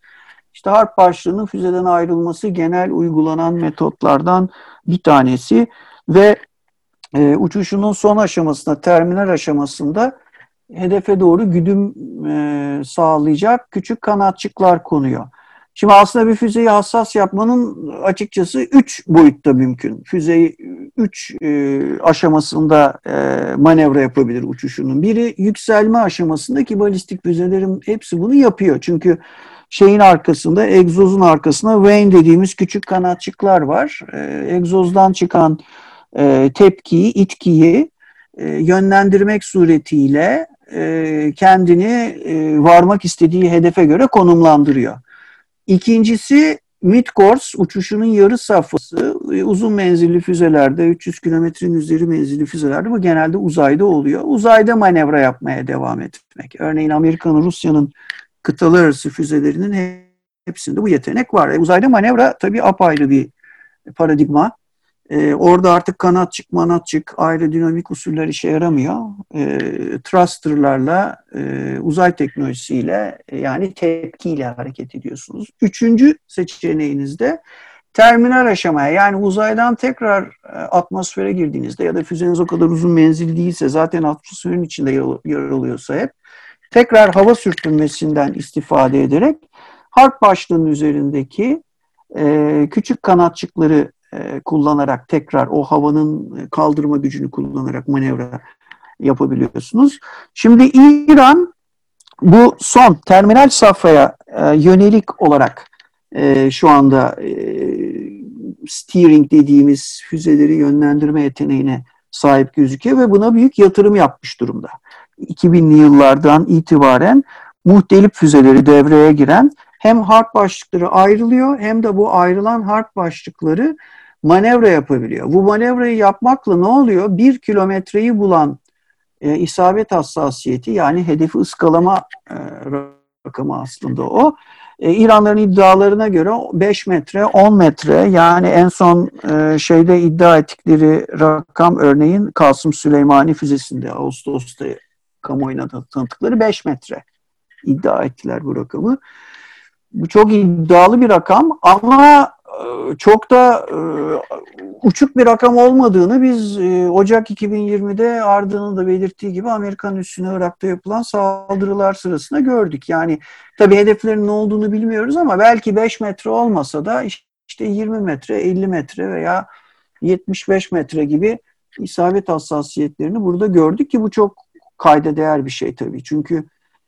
İşte harp başlığının füzeden ayrılması genel uygulanan metotlardan bir tanesi ve e, uçuşunun son aşamasında, terminal aşamasında hedefe doğru güdüm e, sağlayacak küçük kanatçıklar konuyor. Şimdi aslında bir füzeyi hassas yapmanın açıkçası üç boyutta mümkün. Füzeyi üç e, aşamasında e, manevra yapabilir uçuşunun. Biri yükselme aşamasındaki balistik füzelerin hepsi bunu yapıyor. Çünkü şeyin arkasında, egzozun arkasında vane dediğimiz küçük kanatçıklar var. E, egzozdan çıkan e, tepkiyi, itkiyi e, yönlendirmek suretiyle e, kendini e, varmak istediği hedefe göre konumlandırıyor. İkincisi mid-course uçuşunun yarı safhası uzun menzilli füzelerde üç yüz kilometrenin üzeri menzilli füzelerde bu genelde uzayda oluyor. Uzayda manevra yapmaya devam etmek. Örneğin Amerika'nın, Rusya'nın kıtalar arası füzelerinin hepsinde bu yetenek var. E, uzayda manevra tabii apayrı bir paradigma. Ee, orada artık kanatçık manatçık aerodinamik usuller işe yaramıyor. Ee, thrusterlarla, e, uzay teknolojisiyle e, yani tepkiyle hareket ediyorsunuz. Üçüncü seçeneğinizde terminal aşamaya yani uzaydan tekrar e, atmosfere girdiğinizde ya da füzeniz o kadar uzun menzil değilse zaten atmosferin içinde yer alıyorsa hep tekrar hava sürtünmesinden istifade ederek harp başlığının üzerindeki e, küçük kanatçıkları kullanarak tekrar o havanın kaldırma gücünü kullanarak manevra yapabiliyorsunuz. Şimdi İran bu son terminal safhaya yönelik olarak şu anda steering dediğimiz füzeleri yönlendirme yeteneğine sahip gözüküyor ve buna büyük yatırım yapmış durumda. iki binli yıllardan itibaren muhtelif füzeleri devreye giren hem harp başlıkları ayrılıyor hem de bu ayrılan harp başlıkları manevra yapabiliyor. Bu manevrayı yapmakla ne oluyor? Bir kilometreyi bulan e, isabet hassasiyeti yani hedefi ıskalama e, rakamı aslında o. E, İranların iddialarına göre beş metre, on metre yani en son e, şeyde iddia ettikleri rakam örneğin Kasım Süleymani füzesinde Ağustos'ta kamuoyuna tanıttıkları beş metre iddia ettiler bu rakamı. Bu çok iddialı bir rakam ama çok da e, uçuk bir rakam olmadığını biz e, Ocak iki bin yirmide Arda'nın da belirttiği gibi Amerikan üssüne Irak'ta yapılan saldırılar sırasında gördük. Yani tabii hedeflerin ne olduğunu bilmiyoruz ama belki beş metre olmasa da işte yirmi metre, elli metre veya yetmiş beş metre gibi isabet hassasiyetlerini burada gördük ki bu çok kayda değer bir şey tabii. Çünkü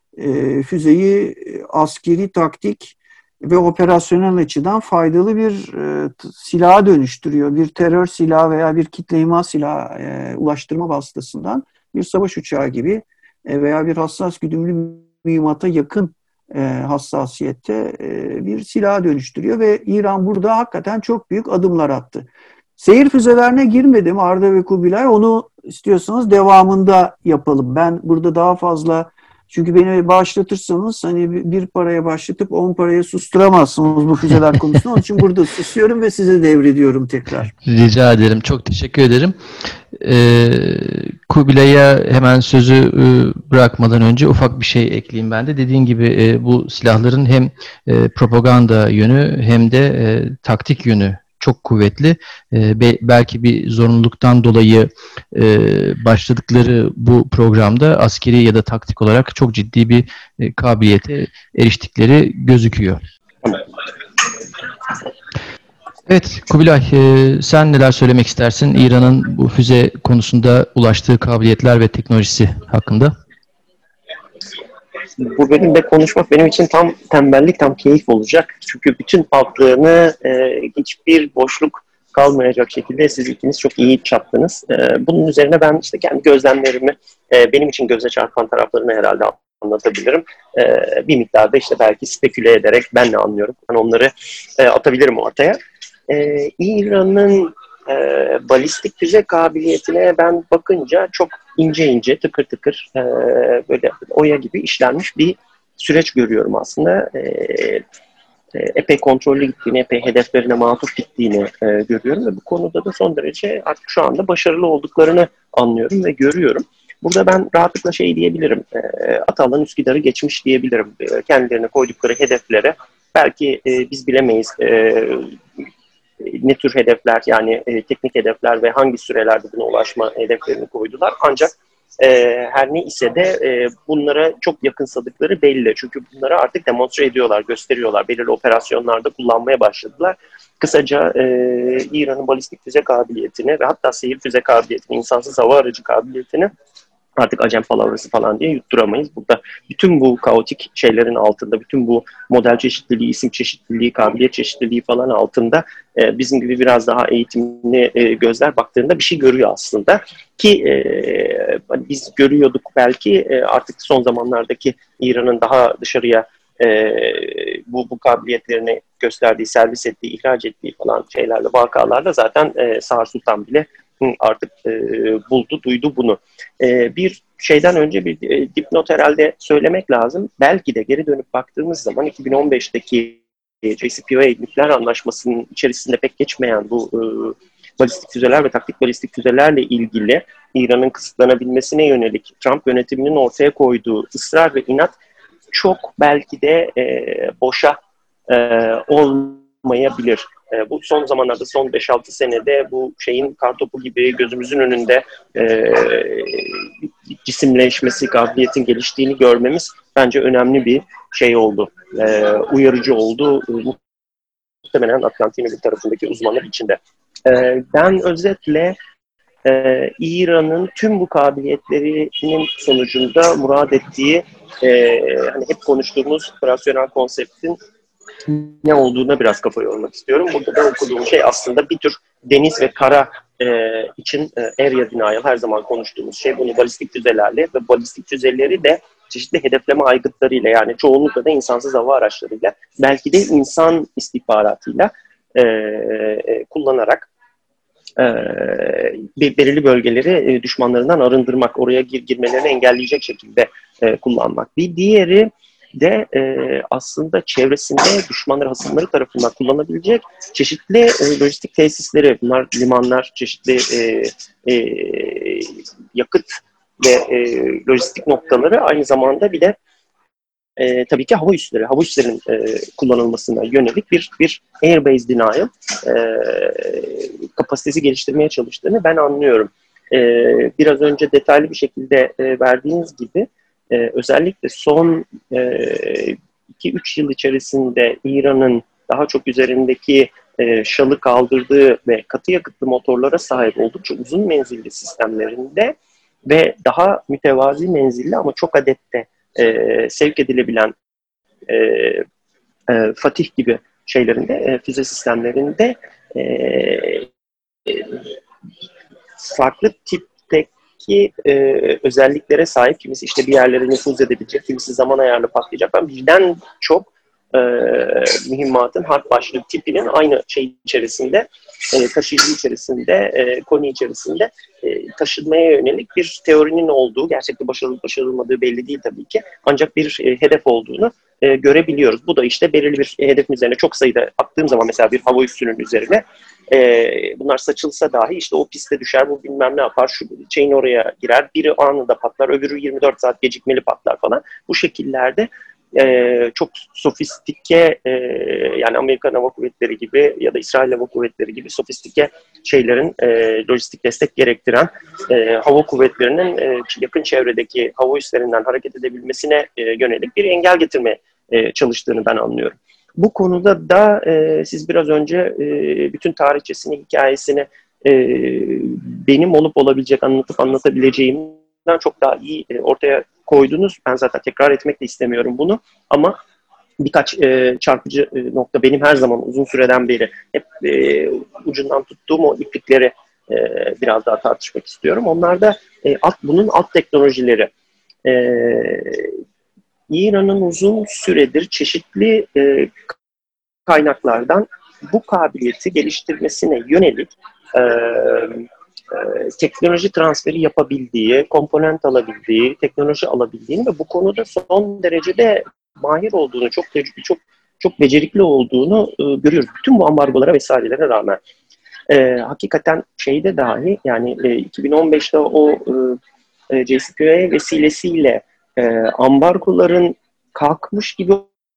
e, füzeyi askeri taktik ve operasyonel açıdan faydalı bir e, silaha dönüştürüyor. Bir terör silahı veya bir kitle imha silahı e, ulaştırma vasıtasından bir savaş uçağı gibi e, veya bir hassas güdümlü mühimmata yakın e, hassasiyette e, bir silaha dönüştürüyor ve İran burada hakikaten çok büyük adımlar attı. Seyir füzelerine girmedim Arda ve Kubilay. Onu istiyorsanız devamında yapalım. Ben burada daha fazla çünkü beni başlatırsanız hani bir paraya başlatıp on paraya susturamazsınız bu füzeler konusunda. Onun için burada susuyorum ve size devrediyorum tekrar. Rica ederim. Çok teşekkür ederim. Ee, Kubilay'a hemen sözü e, bırakmadan önce ufak bir şey ekleyeyim ben de. Dediğin gibi e, bu silahların hem e, propaganda yönü hem de e, taktik yönü çok kuvvetli. E, be, belki bir zorunluluktan dolayı e, başladıkları bu programda askeri ya da taktik olarak çok ciddi bir e, kabiliyete eriştikleri gözüküyor. Evet Kubilay, e, sen neler söylemek istersin İran'ın bu füze konusunda ulaştığı kabiliyetler ve teknolojisi hakkında? Bu bölümde konuşmak benim için tam tembellik, tam keyif olacak. Çünkü bütün altlığını e, hiçbir boşluk kalmayacak şekilde siz ikiniz çok iyi çattınız. E, bunun üzerine ben işte kendi gözlemlerimi, e, benim için göze çarpan taraflarını herhalde anlatabilirim. E, bir miktarda işte belki speküle ederek ben ne anlıyorum, ben onları e, atabilirim ortaya. E, İran'ın e, balistik füze kabiliyetine ben bakınca çok ince ince, tıkır tıkır e, böyle oya gibi işlenmiş bir süreç görüyorum aslında. E, e, epey kontrollü gittiğini, epey hedeflerine matuf gittiğini e, görüyorum ve bu konuda da son derece artık şu anda başarılı olduklarını anlıyorum ve görüyorum. Burada ben rahatlıkla şey diyebilirim, e, Atalan Üsküdar'ı geçmiş diyebilirim. E, kendilerine koydukları hedeflere Belki e, biz bilemeyiz e, ne tür hedefler, yani e, teknik hedefler ve hangi sürelerde buna ulaşma hedeflerini koydular. Ancak e, her ne ise de e, bunlara çok yakınsadıkları belli. Çünkü bunları artık demonstre ediyorlar, gösteriyorlar. Belirli operasyonlarda kullanmaya başladılar. Kısaca e, İran'ın balistik füze kabiliyetini ve hatta seyir füze kabiliyetini, insansız hava aracı kabiliyetini artık acem palavrası falan diye yutturamayız. Burada bütün bu kaotik şeylerin altında, bütün bu model çeşitliliği, isim çeşitliliği, kabiliyet çeşitliliği falan altında e, bizim gibi biraz daha eğitimli e, gözler baktığında bir şey görüyor aslında. Ki e, biz görüyorduk belki e, artık son zamanlardaki İran'ın daha dışarıya e, bu, bu kabiliyetlerini gösterdiği, servis ettiği, ihraç ettiği falan şeylerle, vakalarla zaten e, Sağır Sultan bile artık e, buldu, duydu bunu. E, bir şeyden önce bir e, dipnot herhalde söylemek lazım. Belki de geri dönüp baktığımız zaman iki bin on beşteki e, J C P O A nükleer anlaşmasının içerisinde pek geçmeyen bu e, balistik füzeler ve taktik balistik füzelerle ilgili İran'ın kısıtlanabilmesine yönelik Trump yönetiminin ortaya koyduğu ısrar ve inat çok belki de e, boşa e, olmayabilir. E, bu son zamanlarda, son beş altı senede bu şeyin kartopu gibi gözümüzün önünde e, cisimleşmesi, kabiliyetin geliştiğini görmemiz bence önemli bir şey oldu. E, uyarıcı oldu. Muhtemelen Atlantik'in öbür tarafındaki uzmanlar içinde. E, ben özetle Ee, İran'ın tüm bu kabiliyetlerinin sonucunda murad ettiği e, hani hep konuştuğumuz operasyonel konseptin ne olduğuna biraz kafa yormak istiyorum. Burada da okuduğum şey aslında bir tür deniz ve kara e, için e, area denial, her zaman konuştuğumuz şey. Bunu balistik füzelerle ve balistik füzeleri de çeşitli hedefleme aygıtlarıyla, yani çoğunlukla da insansız hava araçlarıyla, belki de insan istihbaratıyla e, e, kullanarak e, belirli bölgeleri e, düşmanlarından arındırmak, oraya gir, girmelerini engelleyecek şekilde e, kullanmak. Bir diğeri de e, aslında çevresinde düşmanlar, hasımları tarafından kullanabilecek çeşitli e, lojistik tesisleri, bunlar limanlar, çeşitli e, e, yakıt ve e, lojistik noktaları, aynı zamanda bir de e, tabii ki hava üsleri, hava üslerinin e, kullanılmasına yönelik bir bir airbase denial e, kapasitesi geliştirmeye çalıştığını ben anlıyorum. E, biraz önce detaylı bir şekilde e, verdiğiniz gibi e, özellikle son iki üç yıl içerisinde İran'ın daha çok üzerindeki e, şalı kaldırdığı ve katı yakıtlı motorlara sahip oldukça uzun menzilli sistemlerinde ve daha mütevazi menzilli ama çok adette e, sevk edilebilen e, e, Fatih gibi şeylerinde, e, füze sistemlerinde e, e, farklı tipteki e, özelliklere sahip. Kimisi işte bir yerlere nüfuz edebilecek, kimisi zaman ayarlı patlayacak. Ben birden çok e, mühimmatın harp başlığı tipinin aynı şey içerisinde, e, taşıyıcı içerisinde, e, koni içerisinde e, taşınmaya yönelik bir teorinin olduğu, gerçekten başarılıp başarılmadığı belli değil tabii ki, ancak bir e, hedef olduğunu e, görebiliyoruz. Bu da işte belirli bir hedefin üzerine çok sayıda attığım zaman, mesela bir hava üssünün üzerine e, bunlar saçılsa dahi işte o piste düşer, bu bilmem ne yapar, şu chain oraya girer, biri anında patlar, öbürü yirmi dört saat gecikmeli patlar falan. Bu şekillerde Ee, çok sofistike e, yani Amerikan Hava Kuvvetleri gibi ya da İsrail Hava Kuvvetleri gibi sofistike şeylerin e, lojistik destek gerektiren e, hava kuvvetlerinin e, yakın çevredeki hava üslerinden hareket edebilmesine e, yönelik bir engel getirmeye e, çalıştığını ben anlıyorum. Bu konuda da e, siz biraz önce e, bütün tarihçesini, hikayesini e, benim olup olabilecek, anlatıp anlatabileceğimden çok daha iyi e, ortaya koydunuz. Ben zaten tekrar etmek de istemiyorum bunu, ama birkaç e, çarpıcı e, nokta benim her zaman uzun süreden beri hep e, ucundan tuttuğum o iplikleri e, biraz daha tartışmak istiyorum. Onlar da e, alt, bunun alt teknolojileri. E, İran'ın uzun süredir çeşitli e, kaynaklardan bu kabiliyeti geliştirmesine yönelik e, e, teknoloji transferi yapabildiği, komponent alabildiği, teknoloji alabildiğini ve bu konuda son derecede mahir olduğunu, çok çok çok becerikli olduğunu e, görüyoruz. Bütün bu ambargolara vesairelere rağmen. E, hakikaten şeyde dahi, yani e, iki bin on beşte o e, J C P O A vesilesiyle e, ambargoların kalkmış gibi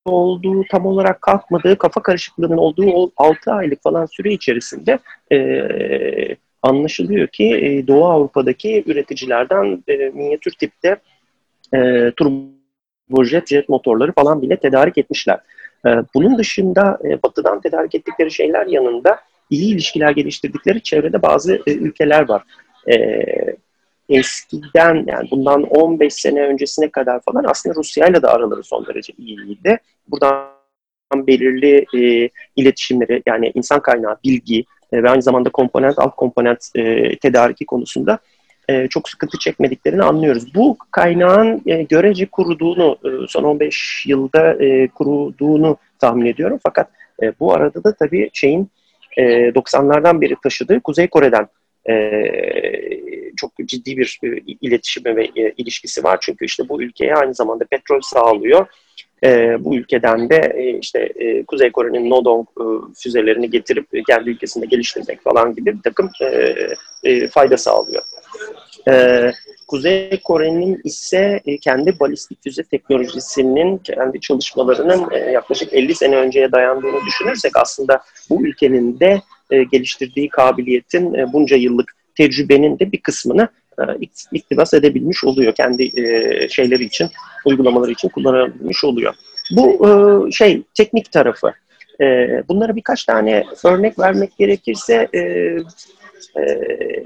olduğu, tam olarak kalkmadığı, kafa karışıklığının olduğu o altı aylık falan süre içerisinde e, anlaşılıyor ki e, Doğu Avrupa'daki üreticilerden e, minyatür tipte e, turbojet jet motorları falan bile tedarik etmişler. E, bunun dışında e, Batı'dan tedarik ettikleri şeyler yanında iyi ilişkiler geliştirdikleri çevrede bazı e, ülkeler var. E, eskiden, yani bundan on beş sene öncesine kadar falan aslında Rusya'yla da araları son derece iyiydi. Buradan belirli e, iletişimleri, yani insan kaynağı, bilgi e, ve aynı zamanda komponent, alt komponent e, tedariki konusunda e, çok sıkıntı çekmediklerini anlıyoruz. Bu kaynağın e, görece kuruduğunu, e, son on beş yılda e, kuruduğunu tahmin ediyorum. Fakat e, bu arada da tabii şeyin e, doksanlardan beri taşıdığı Kuzey Kore'den e, çok ciddi bir e, iletişimi ve e, ilişkisi var. Çünkü işte bu ülkeye aynı zamanda petrol sağlıyor. E, bu ülkeden de e, işte e, Kuzey Kore'nin Nodong e, füzelerini getirip e, kendi ülkesinde geliştirmek falan gibi bir takım e, e, fayda sağlıyor. E, Kuzey Kore'nin ise e, kendi balistik füze teknolojisinin, kendi çalışmalarının e, yaklaşık elli sene önceye dayandığını düşünürsek aslında bu ülkenin de e, geliştirdiği kabiliyetin, e, bunca yıllık tecrübenin de bir kısmını e, iktibas edebilmiş oluyor. Kendi e, şeyleri için, uygulamaları için kullanabilmiş oluyor. Bu e, şey, teknik tarafı. E, bunlara birkaç tane örnek vermek gerekirse e, e,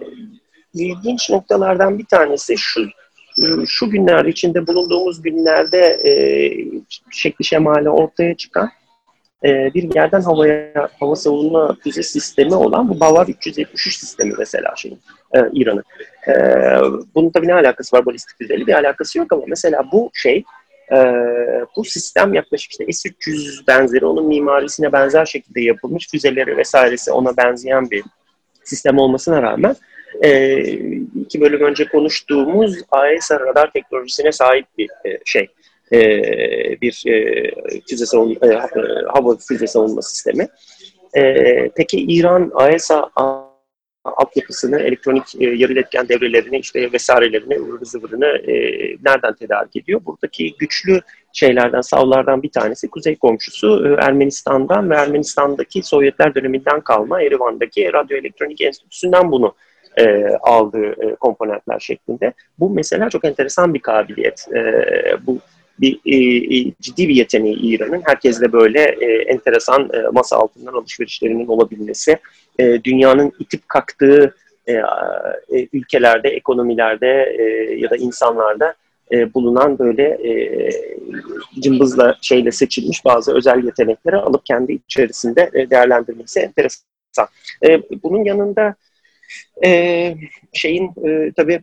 ilginç noktalardan bir tanesi şu, şu günler içinde bulunduğumuz günlerde e, şekli şemali ortaya çıkan e, bir yerden havaya hava savunma füze sistemi olan bu Bavar üç yüz yetmiş üç sistemi mesela şeyin e, İran'ın. E, bunun tabii ne alakası var balistik füzeyle? Bir alakası yok ama mesela bu şey, e, bu sistem yaklaşık işte S üç yüz benzeri, onun mimarisine benzer şekilde yapılmış, füzeleri vesairesi ona benzeyen bir sistem olmasına rağmen e, iki bölüm önce konuştuğumuz A E S A radar teknolojisine sahip bir e, şey. E, bir e, füze savun, e, hava füze savunma sistemi. E, peki İran A E S A altyapısını, elektronik e, yarı iletken devrelerini, işte vesairelerini, ıvırı zıvırını e, nereden tedarik ediyor? Buradaki güçlü şeylerden, savlardan bir tanesi kuzey komşusu e, Ermenistan'dan ve Ermenistan'daki Sovyetler döneminden kalma Erivan'daki Radyoelektronik Enstitüsü'nden bunu e, aldığı e, komponentler şeklinde. Bu mesela çok enteresan bir kabiliyet. E, bu bir e, ciddi bir yeteneği İran'ın. Herkesle böyle e, enteresan e, masa altından alışverişlerinin olabilmesi, e, dünyanın itip kalktığı e, e, ülkelerde, ekonomilerde e, ya da insanlarda e, bulunan böyle e, cımbızla şeyle seçilmiş bazı özel yetenekleri alıp kendi içerisinde e, değerlendirmesi enteresan. E, bunun yanında e, şeyin e, tabii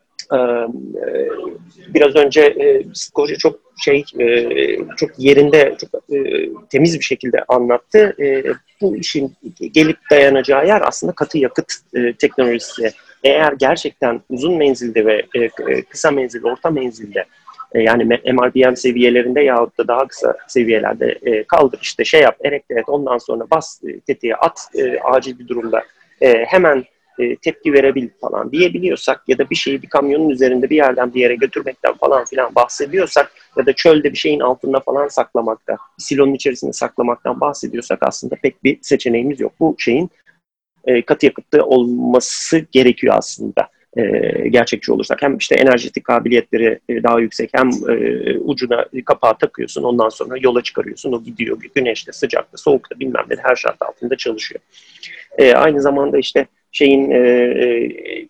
biraz önce Skoje çok şey çok yerinde, çok temiz bir şekilde anlattı. Bu işin gelip dayanacağı yer aslında katı yakıt teknolojisi. Eğer gerçekten uzun menzilde ve kısa menzilde, orta menzilde, yani M R B M seviyelerinde yahut da daha kısa seviyelerde kaldır, işte şey yap, erekte et, ondan sonra bas tetiğe at, acil bir durumda hemen tepki verebil falan diyebiliyorsak ya da bir şeyi bir kamyonun üzerinde bir yerden bir yere götürmekten falan filan bahsediyorsak ya da çölde bir şeyin altında falan saklamakta, bir silonun içerisinde saklamaktan bahsediyorsak aslında pek bir seçeneğimiz yok. Bu şeyin e, katı yakıtlı olması gerekiyor aslında. E, gerçekçi olursak hem işte enerjetik kabiliyetleri e, daha yüksek, hem e, ucuna kapağı takıyorsun, ondan sonra yola çıkarıyorsun, o gidiyor güneşte, sıcakta, soğukta, bilmem ne, her şart altında çalışıyor. E, aynı zamanda işte şeyin e, e,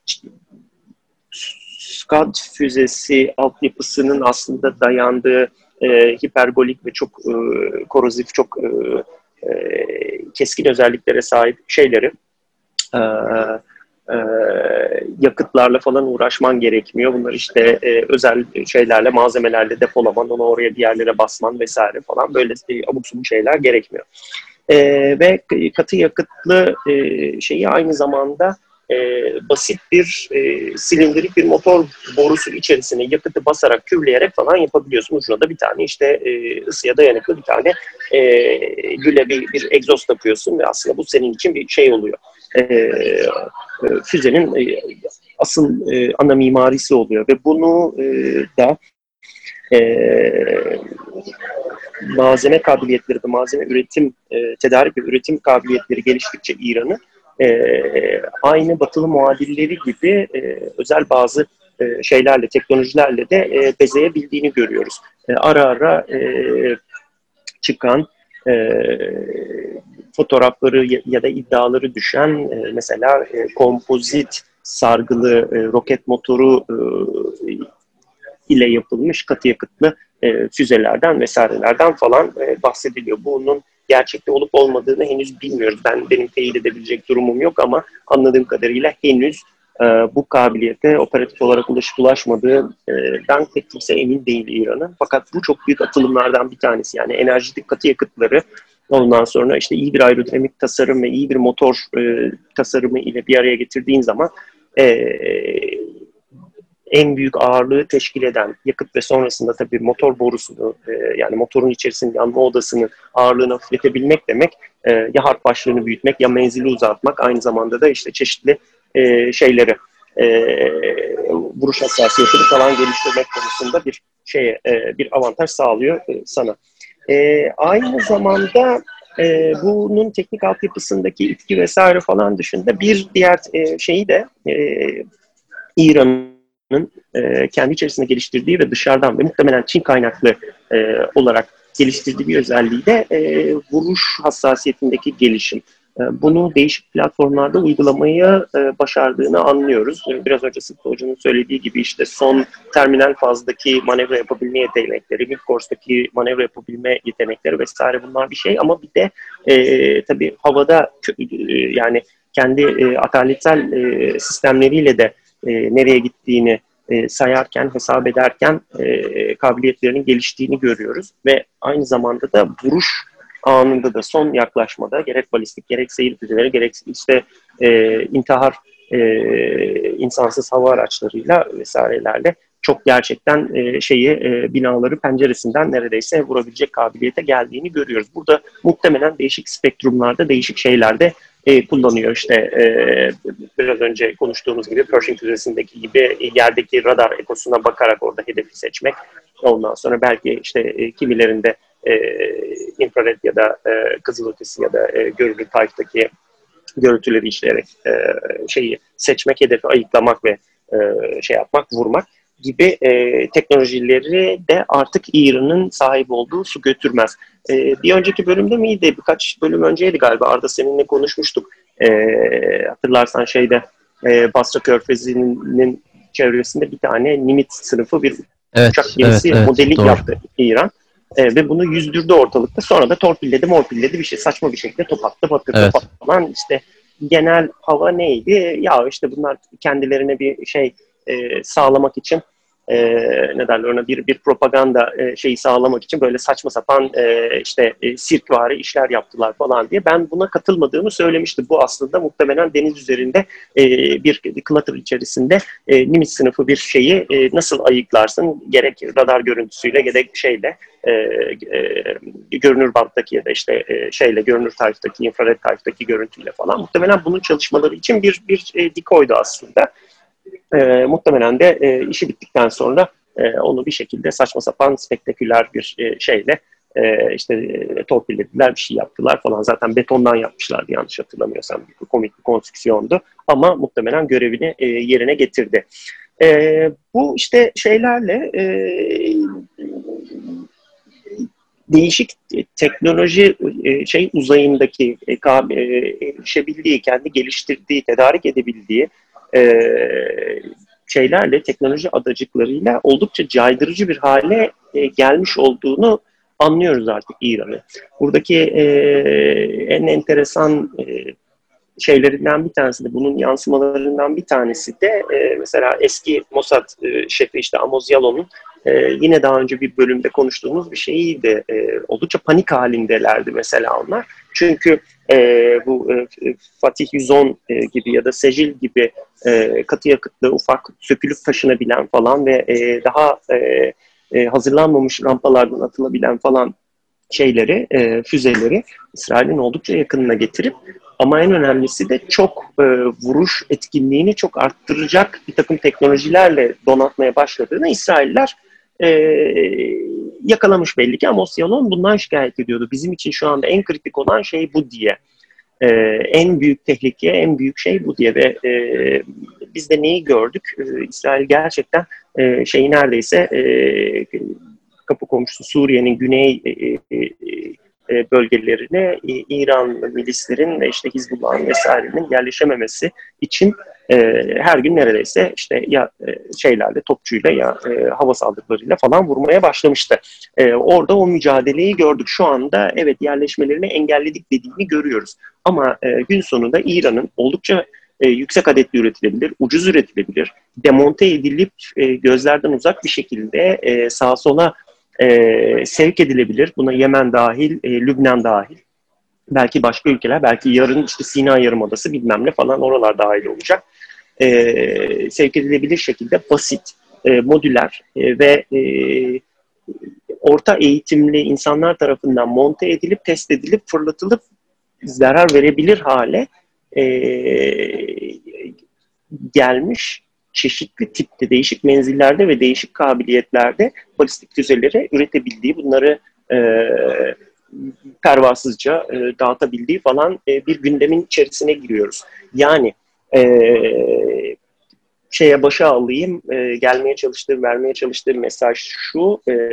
Scud füzesi altyapısının aslında dayandığı e, hipergolik ve çok e, korozif, çok e, e, keskin özelliklere sahip şeyleri e, e, yakıtlarla falan uğraşman gerekmiyor. Bunlar işte e, özel şeylerle, malzemelerle depolaman, onu oraya bir yerlere basman vesaire falan, böyle e, abuk subuk şeyler gerekmiyor. E, ve katı yakıtlı e, şeyi aynı zamanda e, basit bir e, silindirik bir motor borusu içerisine yakıtı basarak, kürleyerek falan yapabiliyorsun. Ucuna da bir tane işte e, ısıya dayanıklı bir tane e, lüle bir, bir egzoz takıyorsun ve aslında bu senin için bir şey oluyor. E, e, füzenin e, asıl e, ana mimarisi oluyor ve bunu e, da e, malzeme kabiliyetleri ve malzeme üretim, e, tedarik ve üretim kabiliyetleri geliştikçe İran'ı e, aynı batılı muadilleri gibi e, özel bazı e, şeylerle, teknolojilerle de e, bezeyebildiğini görüyoruz. E, ara ara e, çıkan e, fotoğrafları ya, ya da iddiaları düşen e, mesela e, kompozit sargılı e, roket motoru e, ile yapılmış katı yakıtlı e, füzelerden vesairelerden falan e, bahsediliyor. Bunun gerçekte olup olmadığını henüz bilmiyoruz. Ben benim teyit edebilecek durumum yok ama anladığım kadarıyla henüz e, bu kabiliyete operatif olarak ulaşıp ulaşmadığından pek kimse emin değil İran'ın. Fakat bu çok büyük atılımlardan bir tanesi. Yani enerjitik katı yakıtları ondan sonra işte iyi bir aerodinamik tasarım ve iyi bir motor e, tasarımı ile bir araya getirdiğin zaman e, en büyük ağırlığı teşkil eden yakıt ve sonrasında tabii motor borusunu e, yani motorun içerisinde yanma odasının ağırlığını hafifletebilmek demek e, ya harp başlığını büyütmek ya menzili uzatmak aynı zamanda da işte çeşitli e, şeyleri e, vuruş hassasiyetini falan geliştirmek konusunda bir şeye e, bir avantaj sağlıyor e, sana. E, aynı zamanda e, bunun teknik altyapısındaki itki vesaire falan dışında bir diğer e, şeyi de e, İran'ın e, kendi içerisinde geliştirdiği ve dışarıdan ve muhtemelen Çin kaynaklı e, olarak geliştirdiği bir özelliği de e, vuruş hassasiyetindeki gelişim. E, bunu değişik platformlarda uygulamayı e, başardığını anlıyoruz. E, biraz önce Sıtkı Hoca'nın söylediği gibi işte son terminal fazdaki manevra yapabilme yetenekleri, mid-course'daki manevra yapabilme yetenekleri vesaire bunlar bir şey ama bir de e, tabii havada e, yani kendi e, ataletsel e, sistemleriyle de E, nereye gittiğini e, sayarken, hesap ederken e, kabiliyetlerinin geliştiğini görüyoruz. Ve aynı zamanda da vuruş anında da son yaklaşmada gerek balistik, gerek seyir füzeleri, gerek işte e, intihar e, insansız hava araçlarıyla vesairelerle çok gerçekten e, şeyi e, binaları penceresinden neredeyse vurabilecek kabiliyete geldiğini görüyoruz. Burada muhtemelen değişik spektrumlarda, değişik şeylerde E, kullanıyor. İşte e, biraz önce konuştuğumuz gibi Pershing füzesindeki gibi yerdeki radar ekosuna bakarak orada hedefi seçmek. Ondan sonra belki işte e, kimilerinde e, infrared ya da e, kızılötesi ya da e, görünür tayftaki görüntüleri işleyerek e, şeyi seçmek, hedefi ayıklamak ve e, şey yapmak, vurmak gibi e, teknolojileri de artık İran'ın sahip olduğu su götürmez. E, bir önceki bölümde miydi? Birkaç bölüm önceydi galiba. Arda seninle konuşmuştuk. E, hatırlarsan şeyde e, Basra Körfezi'nin çevresinde bir tane Nimitz sınıfı bir Evet, uçak gemisi evet, evet, modeli doğru. yaptı İran. E, ve bunu yüzdürdü ortalıkta. Sonra da torpilledi, morpilledi bir şey. Saçma bir şekilde top attı, batırdı Evet. falan. İşte genel hava neydi? Ya işte bunlar kendilerine bir şey e, sağlamak için e, ne derler ona bir bir propaganda e, şeyi sağlamak için böyle saçma sapan e, işte e, sirkvari işler yaptılar falan diye. Ben buna katılmadığımı söylemiştim. Bu aslında muhtemelen deniz üzerinde e, bir clutter içerisinde e, Nimitz sınıfı bir şeyi e, nasıl ayıklarsın? Gerek radar görüntüsüyle gerek şeyle e, e, görünür banttaki ya da işte e, şeyle görünür tarifteki, infrared tarifteki görüntüyle falan. Muhtemelen bunun çalışmaları için bir bir e, dikoydu aslında. E, muhtemelen de e, işi bittikten sonra e, onu bir şekilde saçma sapan spektaküler bir e, şeyle e, işte e, torpillediler, bir şey yaptılar falan. Zaten betondan yapmışlardı yanlış hatırlamıyorsam. Bir komik bir konstrüksiyondu. Ama muhtemelen görevini e, yerine getirdi. E, bu işte şeylerle e, değişik teknoloji e, şey uzayındaki e, erişebildiği, kendi geliştirdiği, tedarik edebildiği e, şeylerle, teknoloji adacıklarıyla oldukça caydırıcı bir hale e, gelmiş olduğunu anlıyoruz artık İran'ı. Buradaki e, en enteresan e, şeylerinden bir tanesi de, bunun yansımalarından bir tanesi de e, mesela eski Mossad e, şefi işte Amos Yalom'un e, yine daha önce bir bölümde konuştuğumuz bir şeyiydi. E, oldukça panik halindelerdi mesela onlar. Çünkü e, bu e, Fatih yüz on e, gibi ya da Secil gibi e, katı yakıtlı, ufak, sökülüp taşınabilen falan ve e, daha e, e, hazırlanmamış rampalardan atılabilen falan şeyleri, e, füzeleri İsrail'in oldukça yakınına getirip ama en önemlisi de çok e, vuruş etkinliğini çok arttıracak bir takım teknolojilerle donatmaya başladığını İsrailler e, yakalamış belli ki ama Osiyalon bundan şikayet ediyordu. Bizim için şu anda en kritik olan şey bu diye. Ee, en büyük tehlike, en büyük şey bu diye ve e, biz de neyi gördük? Ee, İsrail gerçekten e, şeyi neredeyse e, kapı komşusu Suriye'nin güney e, e, e, bölgelerine e, İran milislerin ve işte Hizbullah'ın vesairenin yerleşememesi için e, her gün neredeyse işte ya e, şeylerle, topçuyla ya e, hava saldırılarıyla falan vurmaya başlamıştı. E, orada o mücadeleyi gördük. Şu anda evet yerleşmelerini engelledik dediğini görüyoruz. Ama e, gün sonunda İran'ın oldukça e, yüksek adetli üretilebilir, ucuz üretilebilir, demonte edilip e, gözlerden uzak bir şekilde e, sağa sola e, sevk edilebilir. Buna Yemen dahil, e, Lübnan dahil, belki başka ülkeler, belki yarın işte Sina Yarımadası bilmem ne falan oralar dahil olacak. E, sevk edilebilir şekilde basit, e, modüler e, ve e, orta eğitimli insanlar tarafından monte edilip, test edilip, fırlatılıp zarar verebilir hale e, gelmiş çeşitli tipte, değişik menzillerde ve değişik kabiliyetlerde balistik füzeleri üretebildiği, bunları e, pervasızca e, dağıtabildiği falan e, bir gündemin içerisine giriyoruz. Yani e, şeye başa alayım, e, gelmeye çalıştığım, vermeye çalıştığım mesaj şu: e,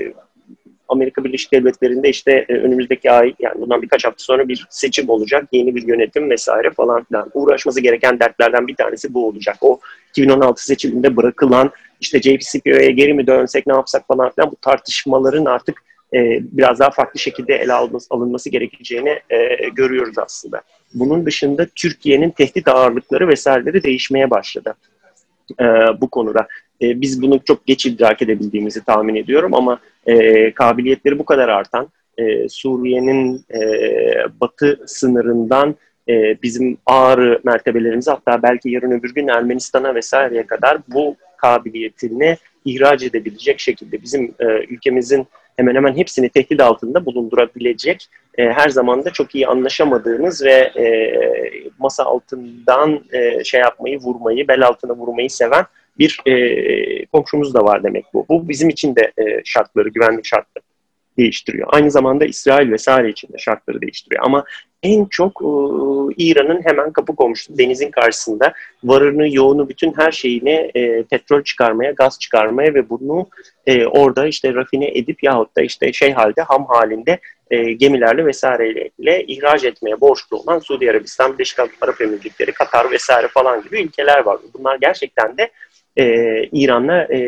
Amerika Birleşik Devletleri'nde işte e, önümüzdeki ay, yani bundan birkaç hafta sonra bir seçim olacak, yeni bir yönetim vesaire falan filan. Uğraşması gereken dertlerden bir tanesi bu olacak. O iki bin on altı seçiminde bırakılan işte J C P O A'ya geri mi dönsek, ne yapsak falan filan, bu tartışmaların artık e, biraz daha farklı şekilde ele alınması, alınması gerekeceğini e, görüyoruz aslında. Bunun dışında Türkiye'nin tehdit ağırlıkları vesaireleri değişmeye başladı e, bu konuda. E, biz bunu çok geç idrak edebildiğimizi tahmin ediyorum ama e, kabiliyetleri bu kadar artan, e, Suriye'nin e, batı sınırından e, bizim Ağrı mertebelerimize, hatta belki yarın öbür gün Ermenistan'a vesaireye kadar bu kabiliyetini ihraç edebilecek şekilde bizim e, ülkemizin hemen hemen hepsini tehdit altında bulundurabilecek, e, her zaman da çok iyi anlaşamadığımız ve e, masa altından e, şey yapmayı, vurmayı, bel altına vurmayı seven bir e, komşumuz da var demek bu. Bu bizim için de e, şartları, güvenlik şartları değiştiriyor. Aynı zamanda İsrail vesaire için de şartları değiştiriyor. Ama en çok e, İran'ın hemen kapı komşusu, denizin karşısında varını, yoğunu, bütün her şeyini e, petrol çıkarmaya, gaz çıkarmaya ve bunu e, orada işte rafine edip yahut da işte şey halde, ham halinde e, gemilerle vesaireyle ihraç etmeye borçlu olan Suudi Arabistan, Birleşik Arap Emirlikleri, Katar vesaire falan gibi ülkeler var. Bunlar gerçekten de e, İran'la e,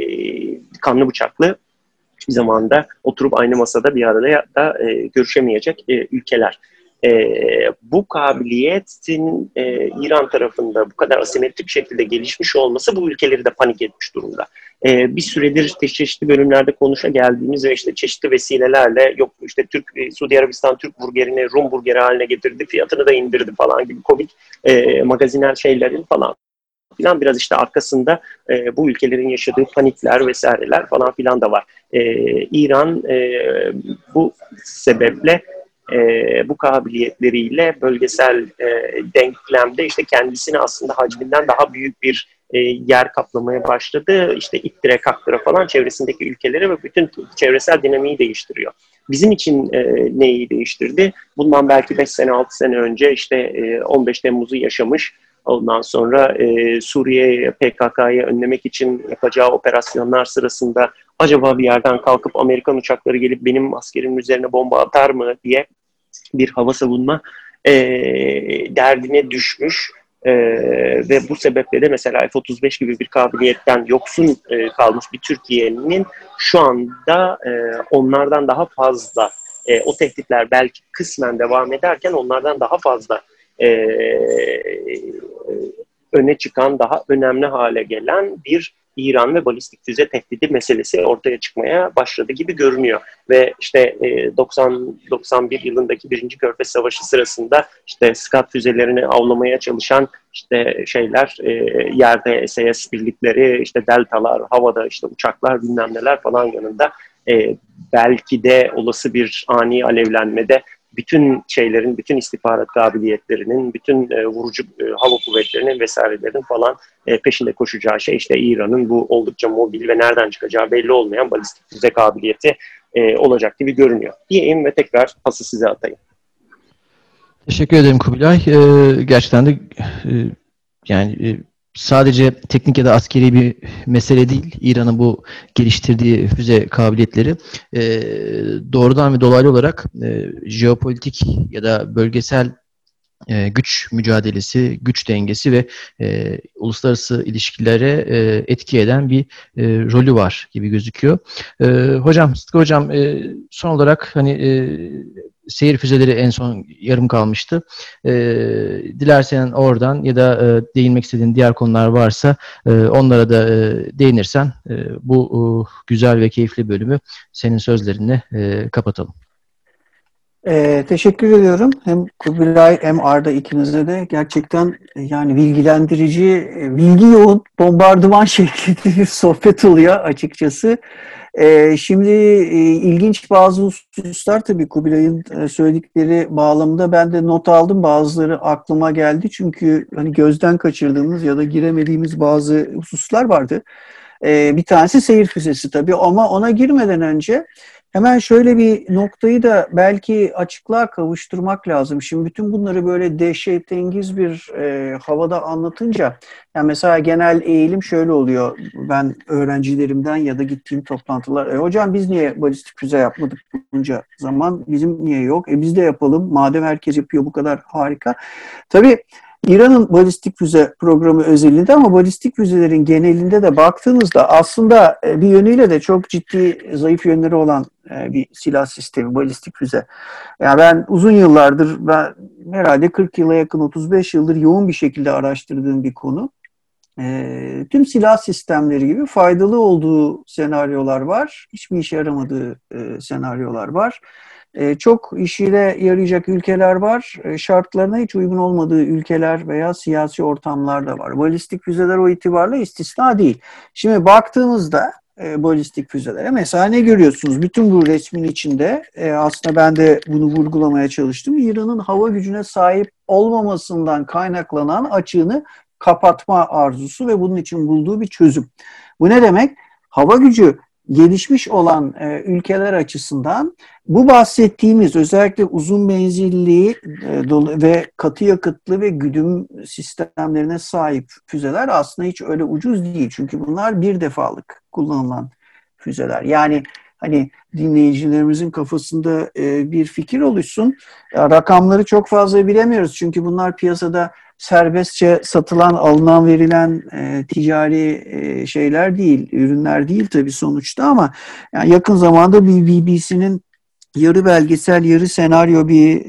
kanlı bıçaklı, hiçbir zamanda oturup aynı masada bir arada da e, görüşemeyecek e, ülkeler. E, bu kabiliyetin e, İran tarafında bu kadar asimetrik şekilde gelişmiş olması bu ülkeleri de panik etmiş durumda. E, bir süredir çeşitli bölümlerde konuşa geldiğimiz ve işte çeşitli vesilelerle yok işte Türk, e, Suudi Arabistan Türk burgerini Rum burgeri haline getirdi, fiyatını da indirdi falan gibi komik e, magazinel şeylerin falan filan biraz işte arkasında e, bu ülkelerin yaşadığı panikler vesaireler falan filan da var. E, İran e, bu sebeple e, bu kabiliyetleriyle bölgesel e, denklemde işte kendisini aslında hacminden daha büyük bir e, yer kaplamaya başladı. İşte ittire kaktıra falan çevresindeki ülkeleri ve bütün çevresel dinamiği değiştiriyor. Bizim için e, neyi değiştirdi? Bundan belki beş sene, altı sene önce işte e, on beş Temmuz'u yaşamış. Ondan sonra e, Suriye P K K'yı önlemek için yapacağı operasyonlar sırasında acaba bir yerden kalkıp Amerikan uçakları gelip benim askerimin üzerine bomba atar mı diye bir hava savunma e, derdine düşmüş. E, ve bu sebeple de mesela F otuz beş gibi bir kabiliyetten yoksun e, kalmış bir Türkiye'nin şu anda e, onlardan daha fazla, e, o tehditler belki kısmen devam ederken onlardan daha fazla e, öne çıkan, daha önemli hale gelen bir İran ve balistik füze tehdidi meselesi ortaya çıkmaya başladı gibi görünüyor. Ve işte doksan doksan bir yılındaki birinci Körfez Savaşı sırasında işte Scud füzelerini avlamaya çalışan işte şeyler, yerde S S birlikleri, işte deltalar, havada işte uçaklar bilmem neler falan yanında belki de olası bir ani alevlenmede bütün şeylerin, bütün istihbarat kabiliyetlerinin, bütün e, vurucu e, hava kuvvetlerinin vesairelerin falan e, peşinde koşacağı şey işte İran'ın bu oldukça mobil ve nereden çıkacağı belli olmayan balistik füze kabiliyeti e, olacak gibi görünüyor. Diyeyim ve tekrar pası size atayım. Teşekkür ederim Kubilay. Ee, gerçekten de e, yani e, sadece teknik ya da askeri bir mesele değil. İran'ın bu geliştirdiği füze kabiliyetleri e, doğrudan ve dolaylı olarak e, jeopolitik ya da bölgesel e, güç mücadelesi, güç dengesi ve e, uluslararası ilişkilere e, etki eden bir e, rolü var gibi gözüküyor. E, hocam, Sıtkı hocam, e, son olarak hani e, seyir füzeleri en son yarım kalmıştı. E, dilersen oradan ya da e, değinmek istediğin diğer konular varsa e, onlara da e, değinirsen e, bu e, güzel ve keyifli bölümü senin sözlerinle e, kapatalım. Ee, teşekkür ediyorum. Hem Kubilay hem Arda ikinize de gerçekten yani bilgilendirici, bilgi yoğun, bombardıman şeklinde bir sohbet oluyor açıkçası. Ee, şimdi e, ilginç bazı hususlar tabii Kubilay'ın e, söyledikleri bağlamında ben de not aldım. Bazıları aklıma geldi çünkü hani gözden kaçırdığımız ya da giremediğimiz bazı hususlar vardı. Ee, bir tanesi seyir füzesi tabii ama ona girmeden önce hemen şöyle bir noktayı da belki açıklığa kavuşturmak lazım. Şimdi bütün bunları böyle dehşetengiz bir e, havada anlatınca, yani mesela genel eğilim şöyle oluyor. Ben öğrencilerimden ya da gittiğim toplantılar, e, hocam biz niye balistik füze yapmadık bunca zaman? Bizim niye yok? E biz de yapalım. Madem herkes yapıyor bu kadar harika. Tabii İran'ın balistik füze programı özelinde ama balistik füzelerin genelinde de baktığımızda aslında bir yönüyle de çok ciddi zayıf yönleri olan bir silah sistemi balistik füze. Yani ben uzun yıllardır, ben herhalde kırk yıla yakın, otuz beş yıldır yoğun bir şekilde araştırdığım bir konu. E, tüm silah sistemleri gibi faydalı olduğu senaryolar var. Hiçbir işe yaramadığı e, senaryolar var. E, çok işine yarayacak ülkeler var. E, şartlarına hiç uygun olmadığı ülkeler veya siyasi ortamlar da var. Balistik füzeler o itibarla istisna değil. Şimdi baktığımızda e, balistik füzelere mesela ne görüyorsunuz? Bütün bu resmin içinde e, aslında ben de bunu vurgulamaya çalıştım. İran'ın hava gücüne sahip olmamasından kaynaklanan açığını kapatma arzusu ve bunun için bulduğu bir çözüm. Bu ne demek? Hava gücü gelişmiş olan e, ülkeler açısından bu bahsettiğimiz özellikle uzun menzilli e, dolu, ve katı yakıtlı ve güdüm sistemlerine sahip füzeler aslında hiç öyle ucuz değil. Çünkü bunlar bir defalık kullanılan füzeler. Yani hani dinleyicilerimizin kafasında e, bir fikir oluşsun. Ya, rakamları çok fazla bilemiyoruz. Çünkü bunlar piyasada serbestçe satılan, alınan, verilen e, ticari e, şeyler değil, ürünler değil tabii sonuçta ama yani yakın zamanda bir B B C'nin yarı belgesel, yarı senaryo bir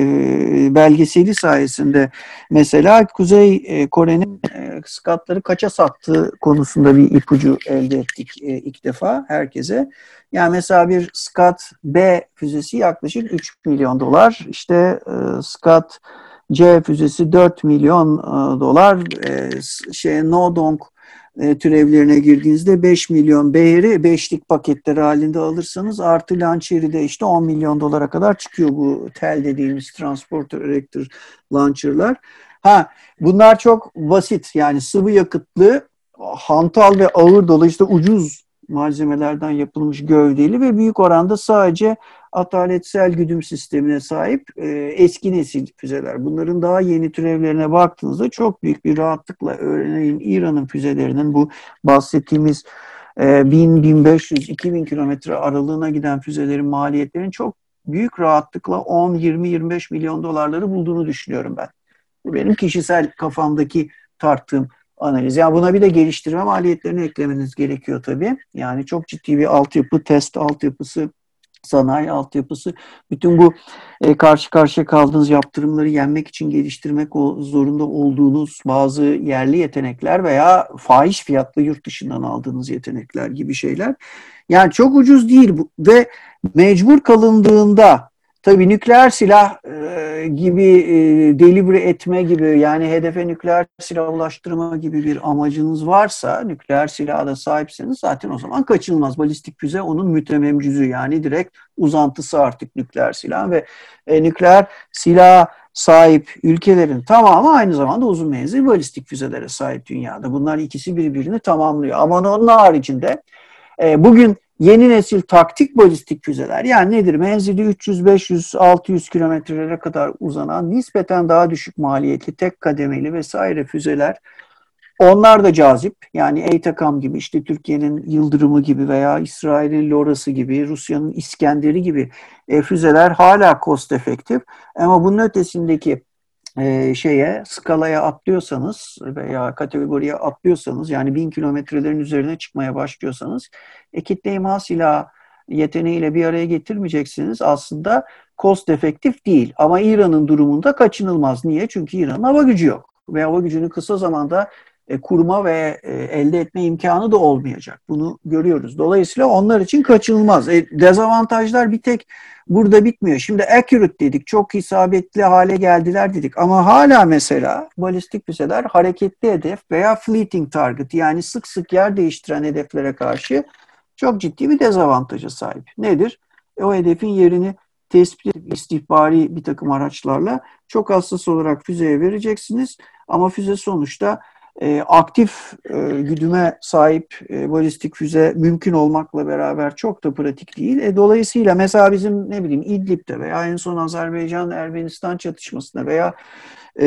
e, belgeseli sayesinde mesela Kuzey e, Kore'nin e, Scud'ları kaça sattığı konusunda bir ipucu elde ettik e, ilk defa herkese. Yani mesela bir Scud B füzesi yaklaşık üç milyon dolar, işte e, Scud C füzesi dört milyon dolar, e, şey Nodong e, türevlerine girdiğinizde beş milyon, B'leri beşlik paketleri halinde alırsanız artı launcher'i de işte on milyon dolara kadar çıkıyor bu tel dediğimiz transporter erector launcher'lar. Ha, bunlar çok basit, yani sıvı yakıtlı, hantal ve ağır, dolayısıyla ucuz malzemelerden yapılmış gövdeli ve büyük oranda sadece ataletsel güdüm sistemine sahip e, eski nesil füzeler. Bunların daha yeni türevlerine baktığınızda çok büyük bir rahatlıkla örneğin İran'ın füzelerinin bu bahsettiğimiz e, bin, bin beş yüz, iki bin kilometre aralığına giden füzelerin maliyetlerinin çok büyük rahatlıkla on, yirmi, yirmi beş milyon dolarları bulduğunu düşünüyorum ben. Bu benim kişisel kafamdaki tarttığım analiz. Yani buna bir de geliştirme maliyetlerini eklemeniz gerekiyor tabii. Yani çok ciddi bir altyapı, test altyapısı, sanayi altyapısı, bütün bu e, karşı karşıya kaldığınız yaptırımları yenmek için geliştirmek o, zorunda olduğunuz bazı yerli yetenekler veya fahiş fiyatlı yurt dışından aldığınız yetenekler gibi şeyler. Yani çok ucuz değil bu ve mecbur kalındığında Tabii nükleer silah e, gibi e, delivery etme gibi, yani hedefe nükleer silah ulaştırma gibi bir amacınız varsa, nükleer silaha da sahipseniz zaten o zaman kaçınılmaz. Balistik füze onun mütememcüzü, yani direkt uzantısı artık nükleer silah ve e, nükleer silah sahip ülkelerin tamamı aynı zamanda uzun menzilli balistik füzelere sahip dünyada. Bunlar ikisi birbirini tamamlıyor. Ama onun haricinde e, bugün yeni nesil taktik balistik füzeler, yani nedir? Menzili üç yüz, beş yüz, altı yüz kilometrelere kadar uzanan, nispeten daha düşük maliyetli, tek kademeli vesaire füzeler. Onlar da cazip. Yani ATACMS gibi, işte Türkiye'nin Yıldırımı gibi veya İsrail'in LORA'sı gibi, Rusya'nın İskender'i gibi e, füzeler hala cost efektif. Ama bunun ötesindeki e, şeye, skalaya atlıyorsanız veya kategoriye atlıyorsanız, yani bin kilometrelerin üzerine çıkmaya başlıyorsanız, e, kitle imha silahı yeteneğiyle bir araya getirmeyeceksiniz. Aslında cost efektif değil. Ama İran'ın durumunda kaçınılmaz. Niye? Çünkü İran'ın hava gücü yok. Ve hava gücünü kısa zamanda e, kurma ve e, elde etme imkanı da olmayacak. Bunu görüyoruz. Dolayısıyla onlar için kaçınılmaz. E, dezavantajlar bir tek burada bitmiyor. Şimdi accurate dedik, çok isabetli hale geldiler dedik. Ama hala mesela balistik füzeler hareketli hedef veya fleeting target, yani sık sık yer değiştiren hedeflere karşı çok ciddi bir dezavantaja sahip. Nedir? E, o hedefin yerini tespit edip istihbari bir takım araçlarla çok hassas olarak füzeye vereceksiniz. Ama füze sonuçta e, aktif e, güdüme sahip e, balistik füze mümkün olmakla beraber çok da pratik değil. E, dolayısıyla mesela bizim ne bileyim İdlib'de veya en son Azerbaycan-Ermenistan çatışmasında veya e,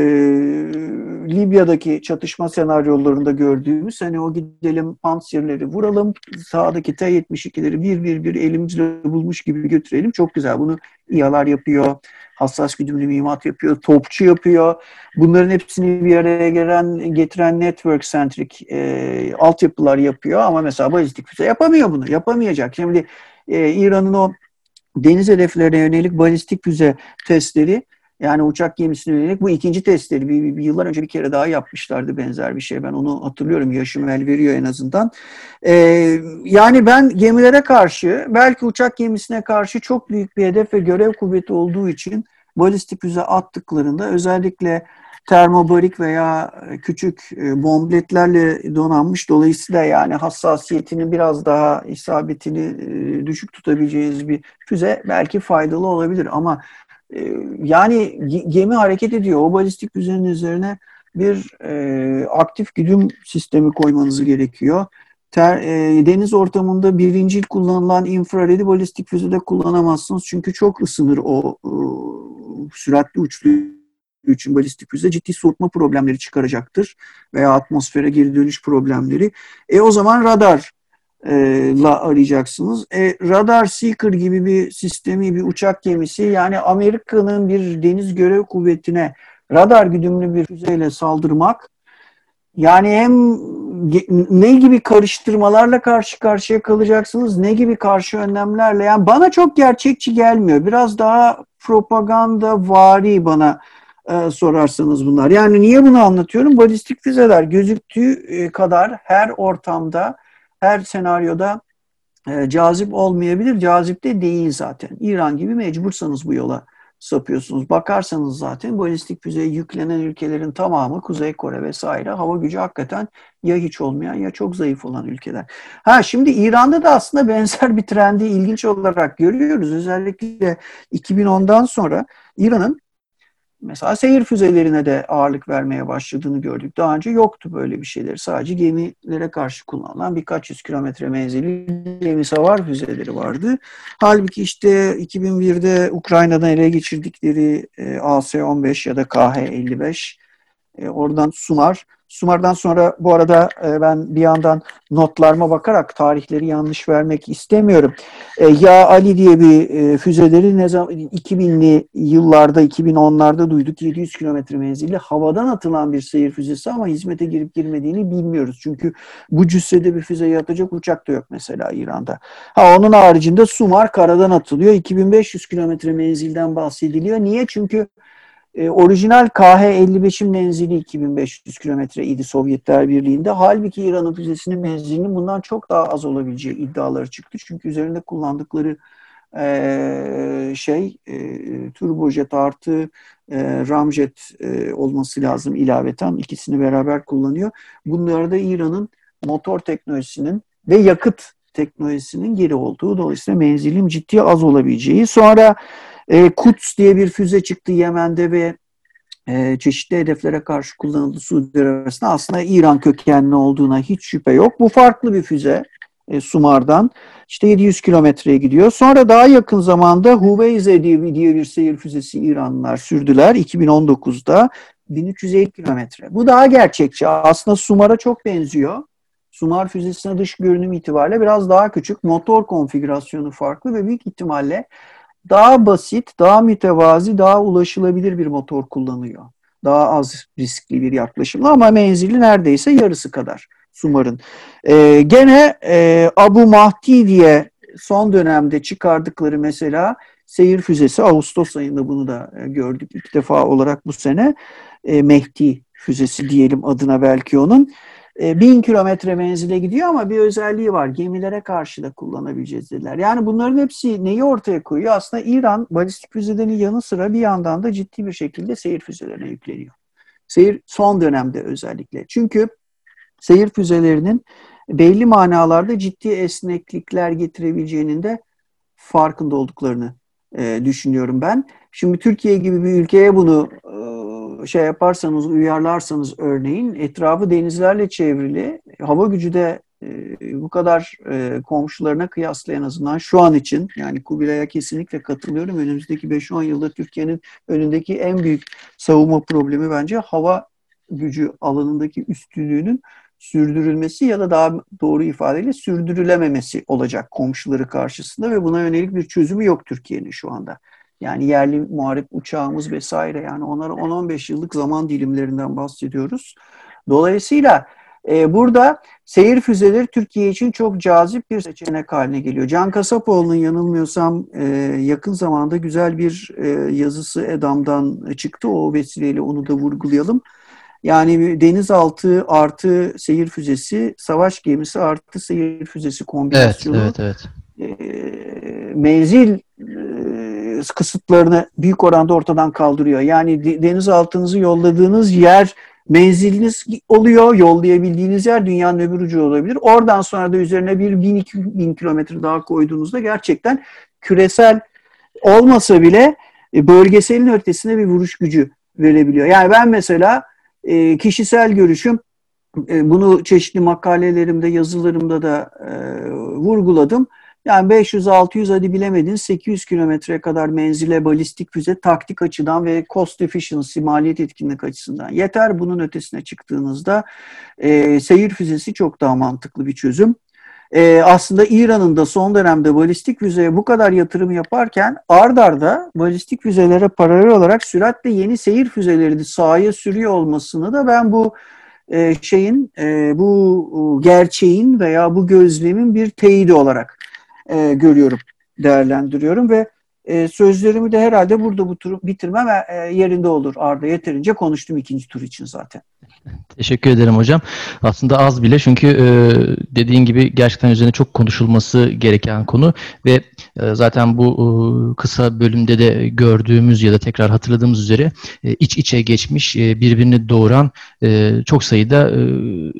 Libya'daki çatışma senaryolarında gördüğümüz, hani o gidelim Pantsir'leri vuralım, sağdaki T yetmiş ikileri bir bir bir elimizle bulmuş gibi götürelim. Çok güzel. Bunu İHA'lar yapıyor, hassas güdümlü mühimmat yapıyor, topçu yapıyor. Bunların hepsini bir araya gelen, getiren network centric e, altyapılar yapıyor. Ama mesela balistik füze yapamıyor bunu. Yapamayacak. Şimdi e, İran'ın o deniz hedeflerine yönelik balistik füze testleri, yani uçak gemisine yönelik bu ikinci testleri, bir, bir, bir yıllar önce bir kere daha yapmışlardı benzer bir şey. Ben onu hatırlıyorum. Yaşım el veriyor en azından. Ee, yani ben gemilere karşı, belki uçak gemisine karşı çok büyük bir hedef ve görev kuvveti olduğu için balistik füze attıklarında, özellikle termobarik veya küçük bombletlerle donanmış, dolayısıyla yani hassasiyetini biraz daha, isabetini düşük tutabileceğiniz bir füze belki faydalı olabilir. Ama yani gemi hareket ediyor. O balistik füzenin üzerine bir e, aktif güdüm sistemi koymanız gerekiyor. Ter, e, deniz ortamında birincil kullanılan infraredi balistik füzede kullanamazsınız. Çünkü çok ısınır o e, süratli uçtuğu için balistik füze ciddi soğutma problemleri çıkaracaktır. Veya atmosfere geri dönüş problemleri. E o zaman radar la arayacaksınız. E, Radar Seeker gibi bir sistemi, bir uçak gemisi, yani Amerika'nın bir deniz görev kuvvetine radar güdümlü bir füzeyle saldırmak, yani hem ne gibi karıştırmalarla karşı karşıya kalacaksınız, ne gibi karşı önlemlerle, yani bana çok gerçekçi gelmiyor. Biraz daha propaganda vari bana e, sorarsanız bunlar. Yani niye bunu anlatıyorum? Balistik füzeler gözüktüğü kadar her ortamda, her senaryoda e, cazip olmayabilir. Cazip de değil zaten. İran gibi mecbursanız bu yola sapıyorsunuz. Bakarsanız zaten balistik füzeye yüklenen ülkelerin tamamı, Kuzey Kore vesaire, hava gücü hakikaten ya hiç olmayan ya çok zayıf olan ülkeler. Ha şimdi İran'da da aslında benzer bir trendi ilginç olarak görüyoruz. Özellikle iki bin ondan sonra İran'ın mesela seyir füzelerine de ağırlık vermeye başladığını gördük. Daha önce yoktu böyle bir şeyler. Sadece gemilere karşı kullanılan birkaç yüz kilometre menzilli gemi savar füzeleri vardı. Halbuki işte iki bin birde Ukrayna'dan ele geçirdikleri A S on beş ya da K H elli beş, oradan Sumar. Sumar'dan sonra bu arada ben bir yandan notlarıma bakarak tarihleri yanlış vermek istemiyorum. Ya Ali diye bir füzeleri ne zaman iki binli yıllarda, iki bin onlarda duyduk. yedi yüz kilometre menzilli havadan atılan bir seyir füzesi ama hizmete girip girmediğini bilmiyoruz. Çünkü bu cüssede bir füzeyi atacak uçak da yok mesela İran'da. Ha onun haricinde Sumar karadan atılıyor. iki bin beş yüz kilometre menzilden bahsediliyor. Niye? Çünkü E, orijinal K H elli beşin menzili iki bin beş yüz kilometre idi Sovyetler Birliği'nde. Halbuki İran'ın füzesinin menzilinin bundan çok daha az olabileceği iddiaları çıktı. Çünkü üzerinde kullandıkları e, şey e, turbojet artı e, ramjet e, olması lazım ilaveten. İkisini beraber kullanıyor. Bunlar da İran'ın motor teknolojisinin ve yakıt teknolojisinin geri olduğu, dolayısıyla menzilin ciddi az olabileceği. Sonra e, Kuds diye bir füze çıktı Yemen'de ve e, çeşitli hedeflere karşı kullanıldı Suudi Arabistan'da. Aslında İran kökenli olduğuna hiç şüphe yok. Bu farklı bir füze e, Sumar'dan. İşte yedi yüz kilometreye gidiyor. Sonra daha yakın zamanda Huveyze diye bir, diye bir seyir füzesi İranlılar sürdüler iki bin on dokuzda. bin üç yüz elli kilometre. Bu daha gerçekçi. Aslında Sumar'a çok benziyor. Sumar füzesine dış görünüm itibariyle biraz daha küçük. Motor konfigürasyonu farklı ve büyük ihtimalle daha basit, daha mütevazi, daha ulaşılabilir bir motor kullanıyor. Daha az riskli bir yaklaşımla ama menzili neredeyse yarısı kadar Sumar'ın. Ee, gene e, Abu Mahdi diye son dönemde çıkardıkları mesela seyir füzesi, Ağustos ayında bunu da e, gördük ilk defa olarak bu sene. E, Mehdi füzesi diyelim adına belki onun. Bin kilometre menzile gidiyor ama bir özelliği var. Gemilere karşı da kullanabileceğiz dediler. Yani bunların hepsi neyi ortaya koyuyor? Aslında İran balistik füzelerinin yanı sıra bir yandan da ciddi bir şekilde seyir füzelerine yükleniyor. Seyir son dönemde özellikle. Çünkü seyir füzelerinin belli manalarda ciddi esneklikler getirebileceğinin de farkında olduklarını e, düşünüyorum ben. Şimdi Türkiye gibi bir ülkeye bunu e, şey yaparsanız, uyarlarsanız örneğin etrafı denizlerle çevrili, hava gücü de e, bu kadar e, komşularına kıyasla en azından şu an için, yani Kubilay'a kesinlikle katılıyorum. Önümüzdeki beş on yılda Türkiye'nin önündeki en büyük savunma problemi bence hava gücü alanındaki üstünlüğünün sürdürülmesi ya da daha doğru ifadeyle sürdürülememesi olacak komşuları karşısında ve buna yönelik bir çözümü yok Türkiye'nin şu anda. Yani yerli muharip uçağımız vesaire, yani onlara on on beş yıllık zaman dilimlerinden bahsediyoruz. Dolayısıyla e, burada seyir füzeleri Türkiye için çok cazip bir seçenek haline geliyor. Can Kasapoğlu'nun yanılmıyorsam e, yakın zamanda güzel bir e, yazısı Edam'dan çıktı. O vesileyle onu da vurgulayalım. Yani denizaltı artı seyir füzesi, savaş gemisi artı seyir füzesi kombinasyonu Evet, evet, evet. E, menzil e, kısıtlarını büyük oranda ortadan kaldırıyor. Yani de, denizaltınızı yolladığınız yer menziliniz oluyor, yollayabildiğiniz yer dünyanın öbür ucu olabilir. Oradan sonra da üzerine bir bin iki bin kilometre daha koyduğunuzda gerçekten küresel olmasa bile bölgeselin ötesine bir vuruş gücü verebiliyor. Yani ben mesela e, kişisel görüşüm, e, bunu çeşitli makalelerimde, yazılarımda da e, vurguladım. Yani beş yüz altı yüz, hadi bilemediniz sekiz yüz kilometreye kadar menzile balistik füze taktik açıdan ve cost efficiency, maliyet etkinlik açısından yeter. Bunun ötesine çıktığınızda e, seyir füzesi çok daha mantıklı bir çözüm. Ee, aslında İran'ın da son dönemde balistik füzeye bu kadar yatırım yaparken ard arda balistik füzelere paralel olarak süratle yeni seyir füzelerini sahaya sürüyor olmasını da ben bu e, şeyin, e, bu gerçeğin veya bu gözlemin bir teyidi olarak e, görüyorum, değerlendiriyorum ve e, sözlerimi de herhalde burada bu turu bitirmem e, yerinde olur. Arda, yeterince konuştum ikinci tur için zaten. Teşekkür ederim hocam. Aslında az bile, çünkü e, dediğin gibi gerçekten üzerine çok konuşulması gereken konu ve e, zaten bu e, kısa bölümde de gördüğümüz ya da tekrar hatırladığımız üzere e, iç içe geçmiş, e, birbirini doğuran e, çok sayıda e,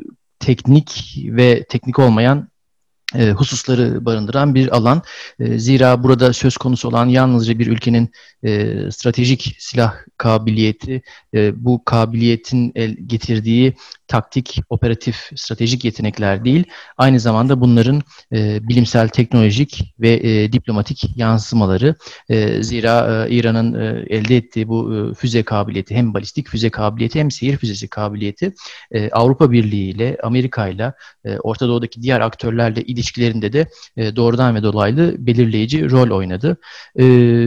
teknik ve teknik olmayan E, hususları barındıran bir alan. E, zira burada söz konusu olan yalnızca bir ülkenin e, stratejik silah kabiliyeti, e, bu kabiliyetin el getirdiği taktik, operatif, stratejik yetenekler değil, aynı zamanda bunların e, bilimsel, teknolojik ve e, diplomatik yansımaları. E, zira e, İran'ın e, elde ettiği bu e, füze kabiliyeti, hem balistik füze kabiliyeti hem seyir füzesi kabiliyeti e, Avrupa Birliği ile, Amerika ile, e, Orta Doğu'daki diğer aktörlerle ilişkilerinde de e, doğrudan ve dolaylı belirleyici rol oynadı. E,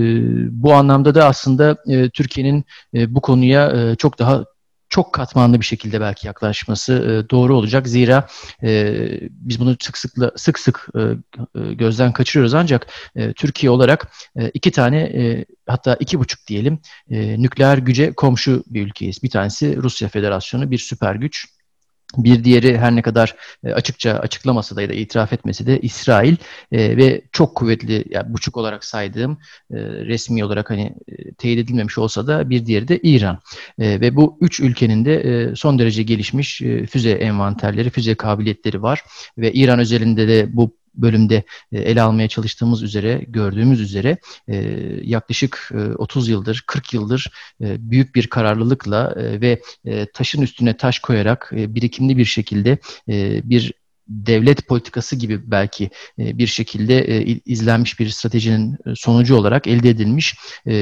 bu anlamda da aslında e, Türkiye'nin e, bu konuya e, çok daha çok katmanlı bir şekilde belki yaklaşması e, doğru olacak. Zira e, biz bunu sık sıkla, sık sık e, e, gözden kaçırıyoruz. Ancak e, Türkiye olarak e, iki tane e, hatta iki buçuk diyelim e, nükleer güce komşu bir ülkeyiz. Bir tanesi Rusya Federasyonu, bir süper güç. Bir diğeri her ne kadar e, açıkça açıklamasa da ya da itiraf etmese de İsrail e, ve çok kuvvetli, yani buçuk olarak saydığım e, resmi olarak hani e, teyit edilmemiş olsa da bir diğeri de İran. E, ve bu üç ülkenin de e, son derece gelişmiş e, füze envanterleri, füze kabiliyetleri var ve İran özelinde de bu bölümde ele almaya çalıştığımız üzere, gördüğümüz üzere yaklaşık otuz yıldır, kırk yıldır büyük bir kararlılıkla ve taşın üstüne taş koyarak birikimli bir şekilde bir devlet politikası gibi belki bir şekilde izlenmiş bir stratejinin sonucu olarak elde edilmiş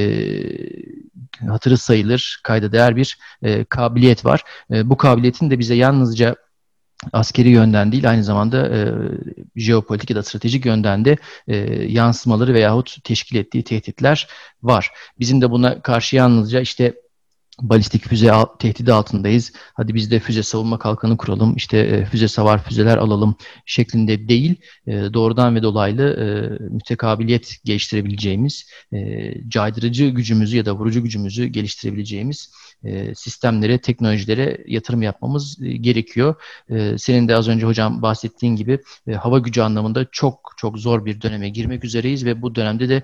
hatırı sayılır, kayda değer bir kabiliyet var. Bu kabiliyetin de bize yalnızca askeri yönden değil, aynı zamanda e, jeopolitik ya da stratejik yönden de e, yansımaları veyahut teşkil ettiği tehditler var. Bizim de buna karşı yalnızca işte balistik füze tehdidi altındayız, hadi biz de füze savunma kalkanı kuralım, işte e, füze savar füzeler alalım şeklinde değil, e, doğrudan ve dolaylı e, mütekabiliyet geliştirebileceğimiz, e, caydırıcı gücümüzü ya da vurucu gücümüzü geliştirebileceğimiz e, sistemlere, teknolojilere yatırım yapmamız e, gerekiyor. E, senin de az önce hocam bahsettiğin gibi e, hava gücü anlamında çok çok zor bir döneme girmek üzereyiz ve bu dönemde de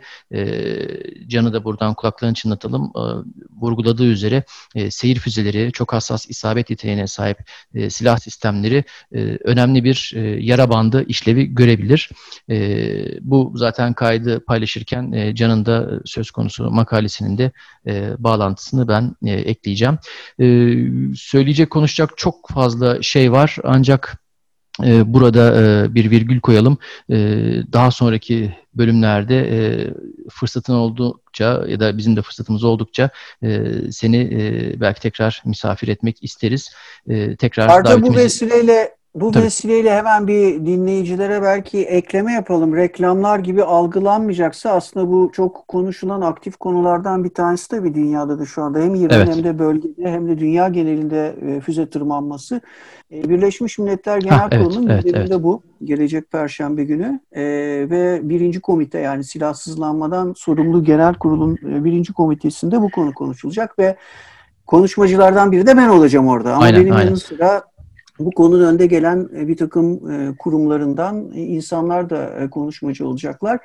e, Can'ı da buradan kulaklarını çınlatalım, e, vurguladığı üzere e, seyir füzeleri, çok hassas isabet yeteneğine sahip e, silah sistemleri e, önemli bir e, yara bandı işlevi görebilir. E, bu zaten kaydı paylaşırken e, Can'ın da söz konusu makalesinin de e, bağlantısını ben e, ekleyeceğim. E, söyleyecek, konuşacak çok fazla şey var ancak e, burada e, bir virgül koyalım. E, daha sonraki bölümlerde e, fırsatın oldukça ya da bizim de fırsatımız oldukça e, seni e, belki tekrar misafir etmek isteriz. E, tekrar Arda, davetimizi... bu vesileyle bu Tabii. vesileyle hemen bir dinleyicilere belki ekleme yapalım. Reklamlar gibi algılanmayacaksa aslında bu çok konuşulan aktif konulardan bir tanesi de bir dünyada da şu anda. Hem İran Evet. hem de bölgede hem de dünya genelinde e, füze tırmanması. E, Birleşmiş Milletler Genel Ha, evet, Kurulu'nun evet, gündeminde evet. bu. Gelecek Perşembe günü. E, ve birinci komite, yani silahsızlanmadan sorumlu genel kurulun e, birinci komitesinde bu konu konuşulacak ve konuşmacılardan biri de ben olacağım orada. Ama Aynen, benim aynen. yanı sıra bu konunun önde gelen bir takım kurumlarından insanlar da konuşmacı olacaklar.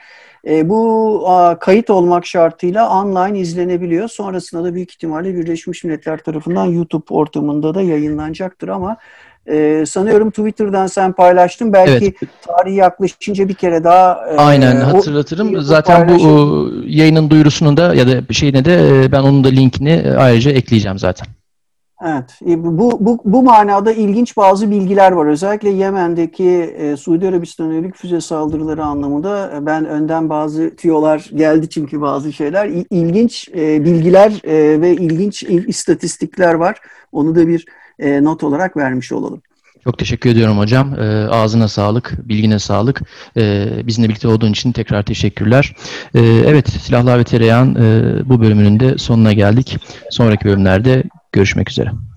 Bu kayıt olmak şartıyla online izlenebiliyor. Sonrasında da büyük ihtimalle Birleşmiş Milletler tarafından YouTube ortamında da yayınlanacaktır ama sanıyorum Twitter'dan sen paylaştın. Belki Evet. tarihi yaklaşınca bir kere daha Aynen hatırlatırım. o Zaten bu o, yayının duyurusunu da ya da şeyine de ben onun da linkini ayrıca ekleyeceğim zaten. Evet, bu, bu, bu manada ilginç bazı bilgiler var. Özellikle Yemen'deki e, Suudi Arabistan'a yönelik füze saldırıları anlamında e, ben önden bazı tüyolar geldi çünkü bazı şeyler. İ, ilginç e, bilgiler e, ve ilginç il, istatistikler var. Onu da bir e, not olarak vermiş olalım. Çok teşekkür ediyorum hocam. E, ağzına sağlık, bilgine sağlık. E, bizimle birlikte olduğun için tekrar teşekkürler. E, evet, Silahlar ve Tereyağın e, bu bölümünün de sonuna geldik. Sonraki bölümlerde görüşmek üzere.